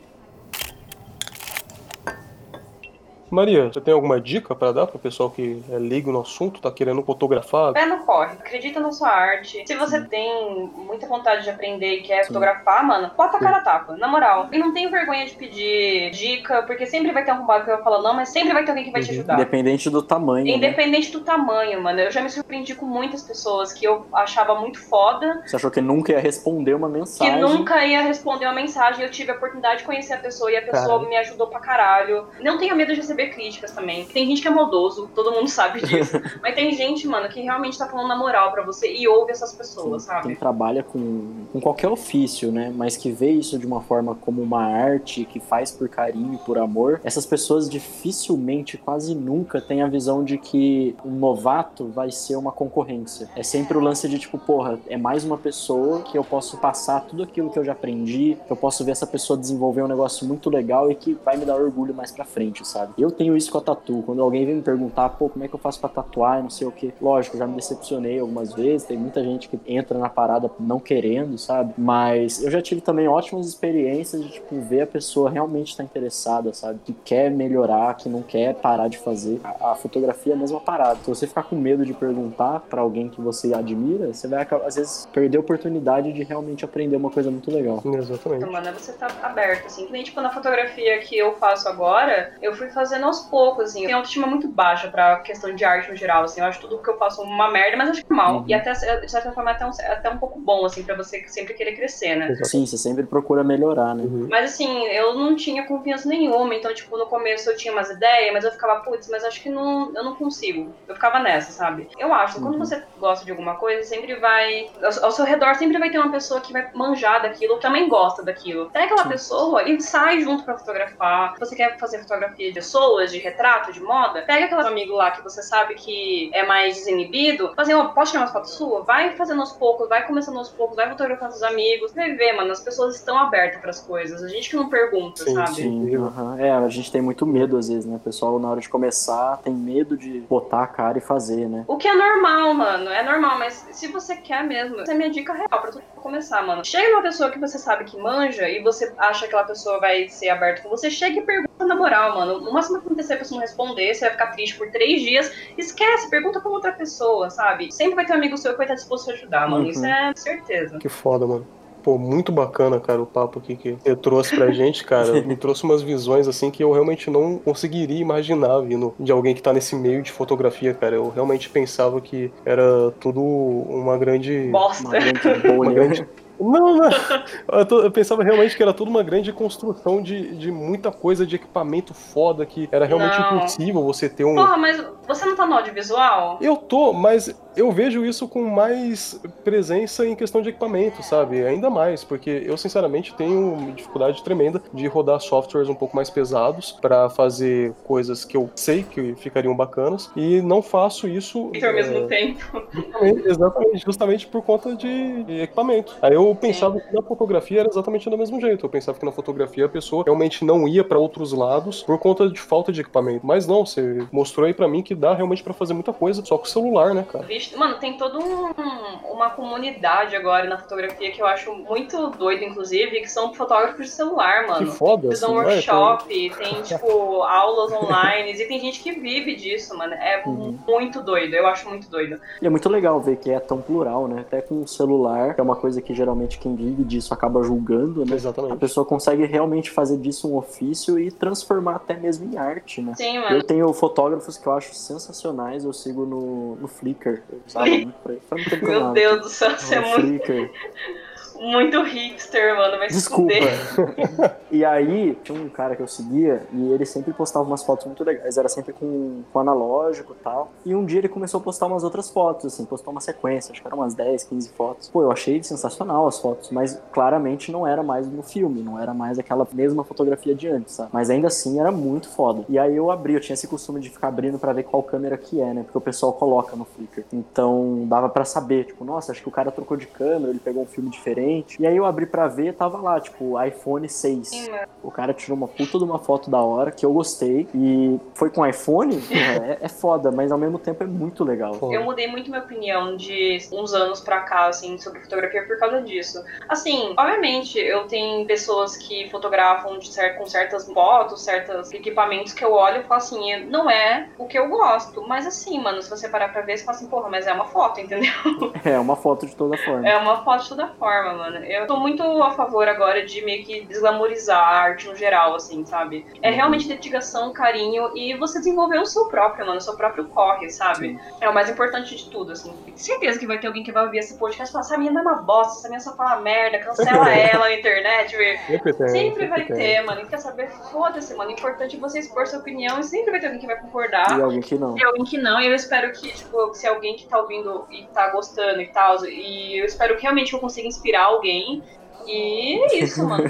Maria, você tem alguma dica pra dar pro pessoal que é leigo no assunto, tá querendo fotografar? Pé no corre, acredita na sua arte. Se você tem muita vontade de aprender e quer fotografar, mano, bota a cara a tapa, na moral. E não tenho vergonha de pedir dica, porque sempre vai ter um compadre que vai falar não, mas sempre vai ter alguém que vai te ajudar. Independente do tamanho. Independente do tamanho, mano. Eu já me surpreendi com muitas pessoas que eu achava muito foda. Você achou que nunca ia responder uma mensagem? Que nunca ia responder uma mensagem. Eu tive a oportunidade de conhecer a pessoa e a pessoa me ajudou pra caralho. Não tenha medo de receber críticas também. Tem gente que é maldoso, todo mundo sabe disso. Mas tem gente, mano, que realmente tá falando na moral pra você e ouve essas pessoas, sabe? Quem trabalha com qualquer ofício, né? Mas que vê isso de uma forma como uma arte, que faz por carinho e por amor, essas pessoas dificilmente, quase nunca, têm a visão de que um novato vai ser uma concorrência. É sempre o lance de tipo, porra, é mais uma pessoa que eu posso passar tudo aquilo que eu já aprendi, que eu posso ver essa pessoa desenvolver um negócio muito legal e que vai me dar orgulho mais pra frente, sabe? Eu tenho isso com a tatu. Quando alguém vem me perguntar, como é que eu faço pra tatuar e não sei o que. Lógico, já me decepcionei algumas vezes, tem muita gente que entra na parada não querendo, sabe? Mas eu já tive também ótimas experiências de, tipo, ver a pessoa realmente tá interessada, sabe? Que quer melhorar, que não quer parar de fazer. A fotografia é a mesma parada. Se você ficar com medo de perguntar pra alguém que você admira, você vai, às vezes, perder a oportunidade de realmente aprender uma coisa muito legal. Exatamente. Então, mano, você tá aberto, assim. Que nem, tipo, na fotografia que eu faço agora, eu fui fazendo aos poucos, assim. Eu tenho autoestima muito baixa pra questão de arte no geral, assim. Eu acho tudo que eu faço uma merda, mas acho normal. E até, de certa forma, até um pouco bom, assim, pra você sempre querer crescer, né? Sim, você sempre procura melhorar, né? Mas, assim, eu não tinha confiança nenhuma. Então, tipo, no começo eu tinha umas ideias, mas eu ficava, putz, mas acho que eu não consigo. Eu ficava nessa, sabe? Eu acho que quando você gosta de alguma coisa, sempre vai... Ao seu redor sempre vai ter uma pessoa que vai manjar daquilo, também gosta daquilo. Pega aquela pessoa e sai junto pra fotografar. Se você quer fazer fotografia de pessoas, de retrato, de moda, pega aquele amigo lá que você sabe que é mais desinibido, fazer, posso tirar umas fotos suas? Vai fazendo aos poucos, vai começando aos poucos, vai fotografando os amigos. Você vai ver, mano, as pessoas estão abertas pras coisas. A gente que não pergunta, sabe? Sim, a gente tem muito medo às vezes, né? O pessoal na hora de começar tem medo de botar a cara e fazer, né? O que é normal, mano, é normal, mas se você quer mesmo, essa é a minha dica real pra tu começar, mano. Chega numa pessoa que você sabe que manja e você acha que aquela pessoa vai ser aberta com você, chega e pergunta na moral, mano. O máximo que acontecer é a pessoa não responder, você vai ficar triste por 3 dias, esquece, pergunta pra outra pessoa, sabe? Sempre vai ter um amigo seu que vai estar disposto a ajudar, mano, isso é certeza. Que foda, mano. Pô, muito bacana, cara, o papo aqui que você trouxe pra gente, cara. Me trouxe umas visões, assim, que eu realmente não conseguiria imaginar vindo de alguém que tá nesse meio de fotografia, cara. Eu realmente pensava que era tudo uma grande... Bosta. Uma grande bolha. Não. Eu pensava realmente que era tudo uma grande construção de muita coisa, de equipamento foda, que era realmente Não. impossível você ter um... Porra, mas você não tá no audiovisual? Eu tô, mas eu vejo isso com mais presença em questão de equipamento, sabe? Ainda mais, porque eu sinceramente tenho uma dificuldade tremenda de rodar softwares um pouco mais pesados pra fazer coisas que eu sei que ficariam bacanas e não faço isso Ao mesmo tempo. exatamente, justamente por conta de equipamento. Aí eu pensava que na fotografia era exatamente do mesmo jeito. Eu pensava que na fotografia a pessoa realmente não ia pra outros lados por conta de falta de equipamento. Mas não, você mostrou aí pra mim que dá realmente pra fazer muita coisa só com o celular, né, cara? Mano, tem toda uma comunidade agora na fotografia que eu acho muito doido, inclusive, que são fotógrafos de celular, mano. Que foda, Eles dão assim, workshop, tem, tipo, aulas online, e tem gente que vive disso, mano. É muito doido, eu acho muito doido. E é muito legal ver que é tão plural, né? Até com o celular, que é uma coisa que geralmente quem vive disso acaba julgando, né? Exatamente. A pessoa consegue realmente fazer disso um ofício e transformar até mesmo em arte, né? Sim, mano. Eu tenho fotógrafos que eu acho sensacionais, eu sigo no Flickr. Eu usava muito pra isso. Faz muito tempo que eu Meu não Deus abro. do céu, você é No muito, Flickr. muito hipster, mano. Vai se Desculpa. fuder. E aí, tinha um cara que eu seguia e ele sempre postava umas fotos muito legais. Era sempre com analógico e tal. E um dia ele começou a postar umas outras fotos, assim, postou uma sequência, acho que eram umas 10, 15 fotos. Pô, eu achei sensacional as fotos, mas claramente não era mais no filme, não era mais aquela mesma fotografia de antes, sabe? Mas ainda assim era muito foda. E aí eu tinha esse costume de ficar abrindo pra ver qual câmera que é, né? Porque o pessoal coloca no Flickr. Então dava pra saber, tipo, nossa, acho que o cara trocou de câmera, ele pegou um filme diferente. E aí eu abri pra ver, tava lá, tipo, iPhone 6. O cara tirou uma puta de uma foto da hora, que eu gostei. E foi com iPhone, é foda, mas ao mesmo tempo é muito legal. Eu mudei muito minha opinião de uns anos pra cá, assim, sobre fotografia por causa disso. Assim, obviamente, eu tenho pessoas que fotografam com certas fotos, certos equipamentos que eu olho e falo assim, não é o que eu gosto. Mas assim, mano, se você parar pra ver, você fala assim, porra, mas é uma foto, entendeu? É uma foto de toda forma. É uma foto de toda forma, mano. Eu tô muito a favor agora de meio que desglamorizar a arte no geral, assim, sabe? É realmente dedicação, carinho e você desenvolver o seu próprio, mano, o seu próprio corre, sabe? Sim. É o mais importante de tudo, assim. Tenho certeza que vai ter alguém que vai ouvir esse podcast e falar, essa menina é uma bosta, essa menina só fala merda, cancela ela na internet, sempre vai ter, mano. E quer saber? Foda-se, mano. O importante é você expor sua opinião e sempre vai ter alguém que vai concordar. E alguém que não. E alguém que não. E eu espero que, tipo, se alguém que tá ouvindo e tá gostando e tal, e eu espero que realmente eu consiga inspirar alguém. E é isso, mano.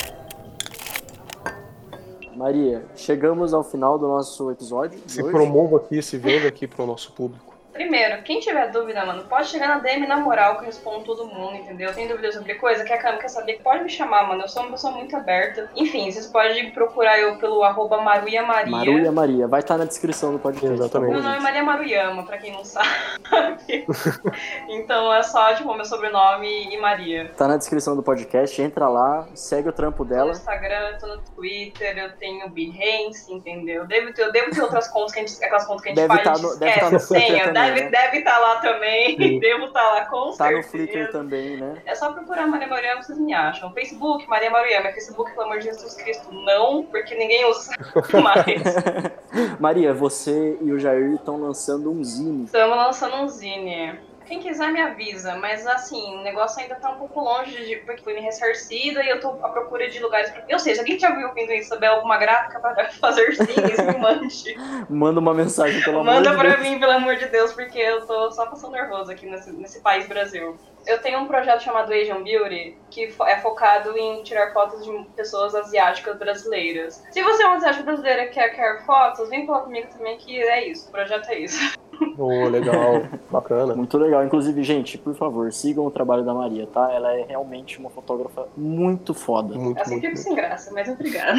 Maria, chegamos ao final do nosso episódio. Se promova aqui, se venda aqui pro nosso público. Primeiro, quem tiver dúvida, mano, pode chegar na DM na moral, que eu respondo todo mundo, entendeu? Tem dúvida sobre coisa, quer saber, pode me chamar, mano. Eu sou uma pessoa muito aberta. Enfim, vocês podem procurar eu pelo @maruyamaria. Maruia Maria, vai estar na descrição do podcast. Exatamente. Meu nome é Maria Maruyama, pra quem não sabe. Então é só, tipo, meu sobrenome e Maria. Tá na descrição do podcast, entra lá, segue o trampo dela. Tô no Instagram, tô no Twitter, eu tenho Behance, entendeu? Eu devo ter outras contas que a gente, aquelas contas que a gente deve faz, deve estar no Flickr também, deve estar lá também. Sim. Devo estar lá com certeza. Tá no Flickr também, né? É só procurar Maria Maruyama, vocês me acham. Facebook, Maria Maruyama. Facebook, pelo amor de Jesus Cristo, não, porque ninguém usa mais. Maria, você e o Jair estão lançando um zine. Estamos lançando um zine. Quem quiser me avisa, mas assim, o negócio ainda tá um pouco longe porque fui me ressarcida e eu tô à procura de lugares pra... Eu sei, se alguém já viu ouvindo isso, souber alguma gráfica pra fazer zines, me mande. Manda uma mensagem, pelo amor de Deus. Manda pra mim, pelo amor de Deus, porque eu tô só passando nervoso aqui nesse país Brasil. Eu tenho um projeto chamado Asian Beauty, que é focado em tirar fotos de pessoas asiáticas brasileiras. Se você é uma asiática brasileira que quer fotos, vem falar comigo também que é isso, o projeto é isso. Oh, legal, bacana. Muito legal. Inclusive, gente, por favor, sigam o trabalho da Maria, tá? Ela é realmente uma fotógrafa muito foda. Muito, assim muito, fico sem graça, mas obrigada.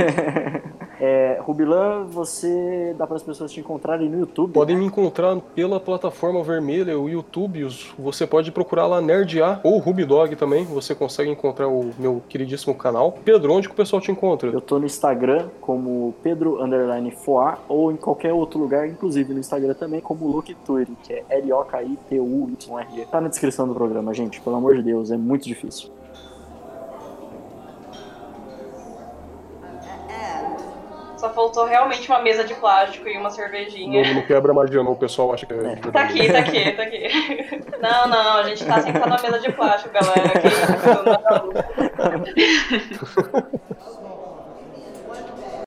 Rubilan, você dá para as pessoas te encontrarem no YouTube? Podem me encontrar pela plataforma vermelha, o YouTube. Você pode procurar lá Nerd.a ou Rubidog também. Você consegue encontrar o meu queridíssimo canal. Pedro, onde que o pessoal te encontra? Eu tô no Instagram como Pedro_Foa ou em qualquer outro lugar, inclusive no Instagram também, como Lokitury, que é LOKITUYR. Tá na descrição do programa, gente. Pelo amor de Deus, é muito difícil. Só faltou realmente uma mesa de plástico e uma cervejinha. Não quebra a magia, não. O pessoal acha que é. Tá aqui. Não, a gente tá sentado na mesa de plástico, galera. Aqui,